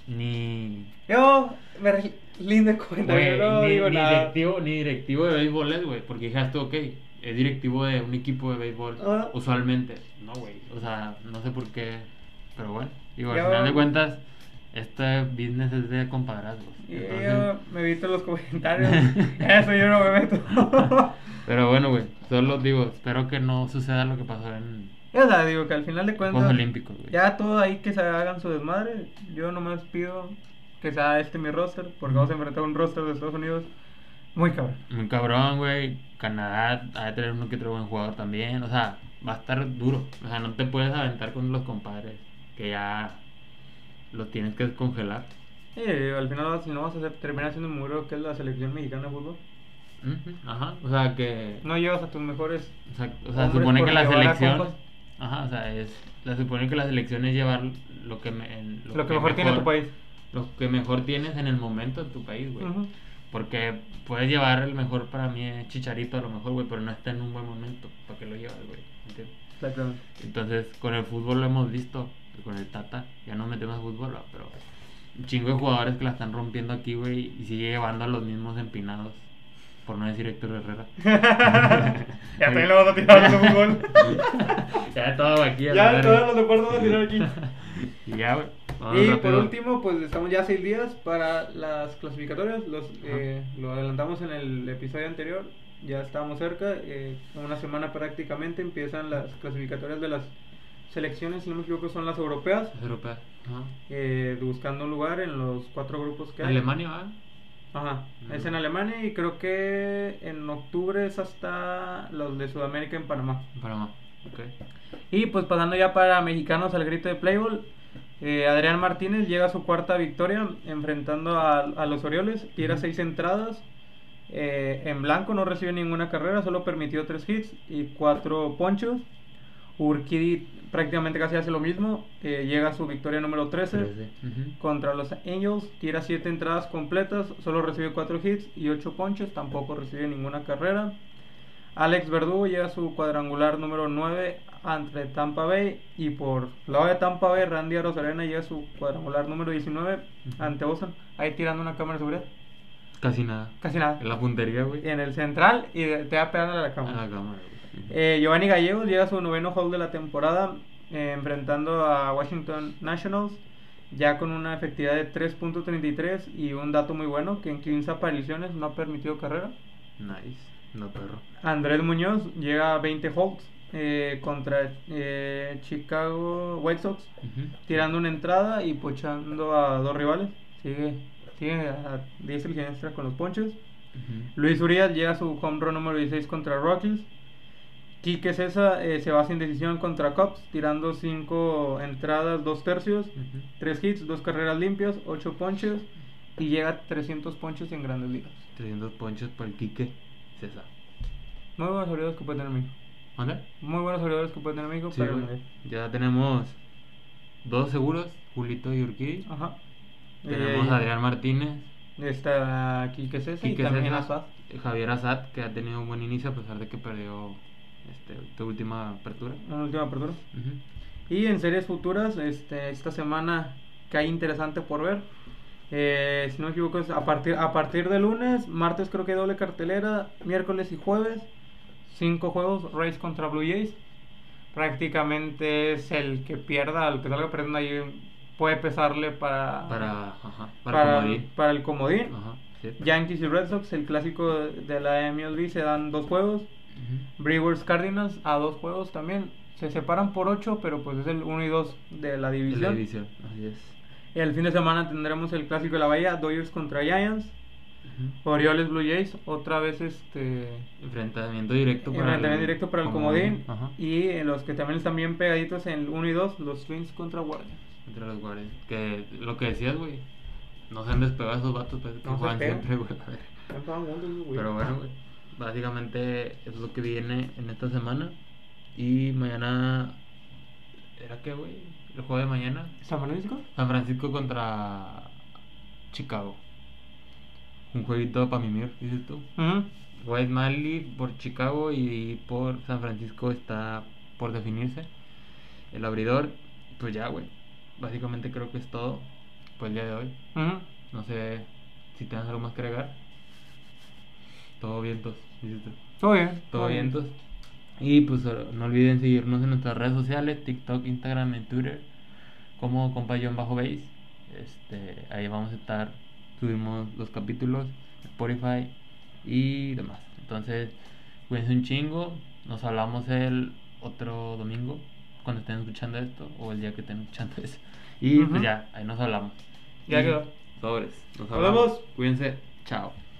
A: Yo me lindo comentario, no digo nada.
B: Ni directivo de béisbol es, güey, porque dijiste, ok, es directivo de un equipo de béisbol, usualmente. No, güey, o sea, no sé por qué, pero bueno, digo, al final de cuentas, este business es de compadrazgos.
A: Entonces... Yo me evito los comentarios, eso yo no me meto.
B: Pero bueno, güey, solo digo, espero que no suceda lo que pasó en...
A: O sea, digo que al final de cuentas,
B: Juegos Olímpicos, güey.
A: Ya todo ahí que se hagan su desmadre. Yo nomás pido que sea mi roster, porque vamos a enfrentar un roster de Estados Unidos muy cabrón.
B: Muy cabrón, güey. Canadá ha de tener uno que otro buen jugador también. O sea, va a estar duro. O sea, no te puedes aventar con los compadres que ya los tienes que descongelar.
A: Al final, si no vas a terminar siendo un muro, que es la selección mexicana de fútbol.
B: Ajá, o sea que...
A: No llevas a tus mejores...
B: Exacto, o sea, supone que la selección... Ajá, o sea, se supone que la selección es llevar lo que
A: mejor tiene tu país.
B: Lo que mejor tienes en el momento en tu país, güey. Porque puedes llevar el mejor, para mí es Chicharito a lo mejor, güey, pero no está en un buen momento. ¿Para qué lo llevas, güey? ¿Entiendes?
A: Exactamente.
B: Entonces, con el fútbol lo hemos visto, con el Tata, ya no metemos a fútbol, pero un chingo de jugadores que la están rompiendo aquí, güey, y sigue llevando a los mismos empinados. Por no decir Héctor Herrera.
A: Ya también lo vas a tirar un gol.
B: Ya todo aquí.
A: Ya todos los deportes van a tirar aquí.
B: Y ya, güey.
A: Y por último, pues estamos ya 6 días para las clasificatorias. Lo adelantamos en el episodio anterior. Ya estamos cerca. Una semana prácticamente empiezan las clasificatorias de las selecciones, si no me equivoco, son las europeas.
B: Las europeas.
A: Buscando un lugar en los 4 grupos que hay.
B: Alemania, ¿va?
A: Ajá, es en Alemania y creo que en octubre es hasta los de Sudamérica en Panamá.
B: Panamá, ok.
A: Y pues pasando ya para mexicanos al grito de Playboy, Adrián Martínez llega a su 4ª victoria enfrentando a los Orioles, tira 6 entradas, en blanco, no recibe ninguna carrera, solo permitió 3 hits y 4 ponchos. Urquidy prácticamente casi hace lo mismo, llega a su victoria número 13 contra los Angels, tira 7 entradas completas, solo recibe 4 hits y 8 ponches, tampoco recibe ninguna carrera. Alex Verdugo llega a su cuadrangular número 9 ante Tampa Bay, y por lado de Tampa Bay, Randy Arozarena llega a su cuadrangular número 19 ante Boston, ahí tirando una cámara de seguridad.
B: Casi nada.
A: En
B: la puntería, güey.
A: En el central y te va pegando a la cámara.
B: A la cámara, güey.
A: Giovanni Gallegos llega a su 9º hold de la temporada, enfrentando a Washington Nationals, ya con una efectividad de 3.33 y un dato muy bueno, que en 15 apariciones no ha permitido carrera.
B: Nice, no perro.
A: Andrés Muñoz llega a 20 holds contra Chicago White Sox, tirando una entrada y pochando a 2 rivales. Sigue a 10 el extra con los ponches. Luis Urias llega a su home run número 16 contra Rockies. Quique Cesa se va sin decisión contra Cubs, tirando 5 entradas, 2 tercios, 3 hits, 2 carreras limpias, 8 ponches, y llega a 300 ponches en Grandes Ligas.
B: 300 ponches por el Quique Cesa.
A: Muy buenos abridores que puede tener México.
B: ¿Dónde?
A: Muy buenos abridores que puede tener México.
B: Sí, ya tenemos 2 seguros, Julito y Urquidy.
A: Ajá.
B: Tenemos a Adrián Martínez.
A: Está Quique Cesa y también Azad.
B: Javier Azad, que ha tenido un buen inicio a pesar de que perdió tu última apertura.
A: Una última apertura. Y en series futuras, esta semana que hay interesante por ver. Si no me equivoco, es a partir de lunes, martes creo que hay doble cartelera, miércoles y jueves, 5 juegos, Rays contra Blue Jays. Prácticamente es el que pierda, el que salga perdiendo ahí puede pesarle para el comodín. Sí. Yankees y Red Sox, el clásico de la MLB, se dan 2 juegos. Brewers Cardinals a 2 juegos también. Se separan por 8, pero pues es el 1 y 2 de la división.
B: Así es.
A: El fin de semana tendremos el clásico de la Bahía, Dodgers contra Giants. Orioles Blue Jays, otra vez
B: enfrentamiento directo
A: para el comodín. Y los que también están bien pegaditos en el 1 y 2, los Twins contra Guardians.
B: Entre los Guardians, que lo que decías, güey, no se han despegado esos vatos, pues, que juegan siempre, güey. Pero bueno, güey, básicamente es lo que viene en esta semana. Y mañana, ¿era qué, güey? El juego de mañana.
A: ¿San Francisco?
B: San Francisco contra Chicago. Un jueguito para mimir, dices tú. Wade Miley por Chicago y por San Francisco está por definirse. El abridor, pues ya, güey. Básicamente creo que es todo por el día de hoy. No sé si tienes algo más que agregar. Todo vientos, dices tú. Todo vientos. Y pues no olviden seguirnos en nuestras redes sociales, TikTok, Instagram y Twitter, como compa_base. Ahí vamos a estar, subimos los capítulos, Spotify y demás. Entonces, cuídense un chingo. Nos hablamos el otro domingo, cuando estén escuchando esto, o el día que estén escuchando eso. Y pues ya, ahí nos hablamos.
A: Ya quedó.
B: Sobres.
A: Nos hablamos.
B: Cuídense. Chao.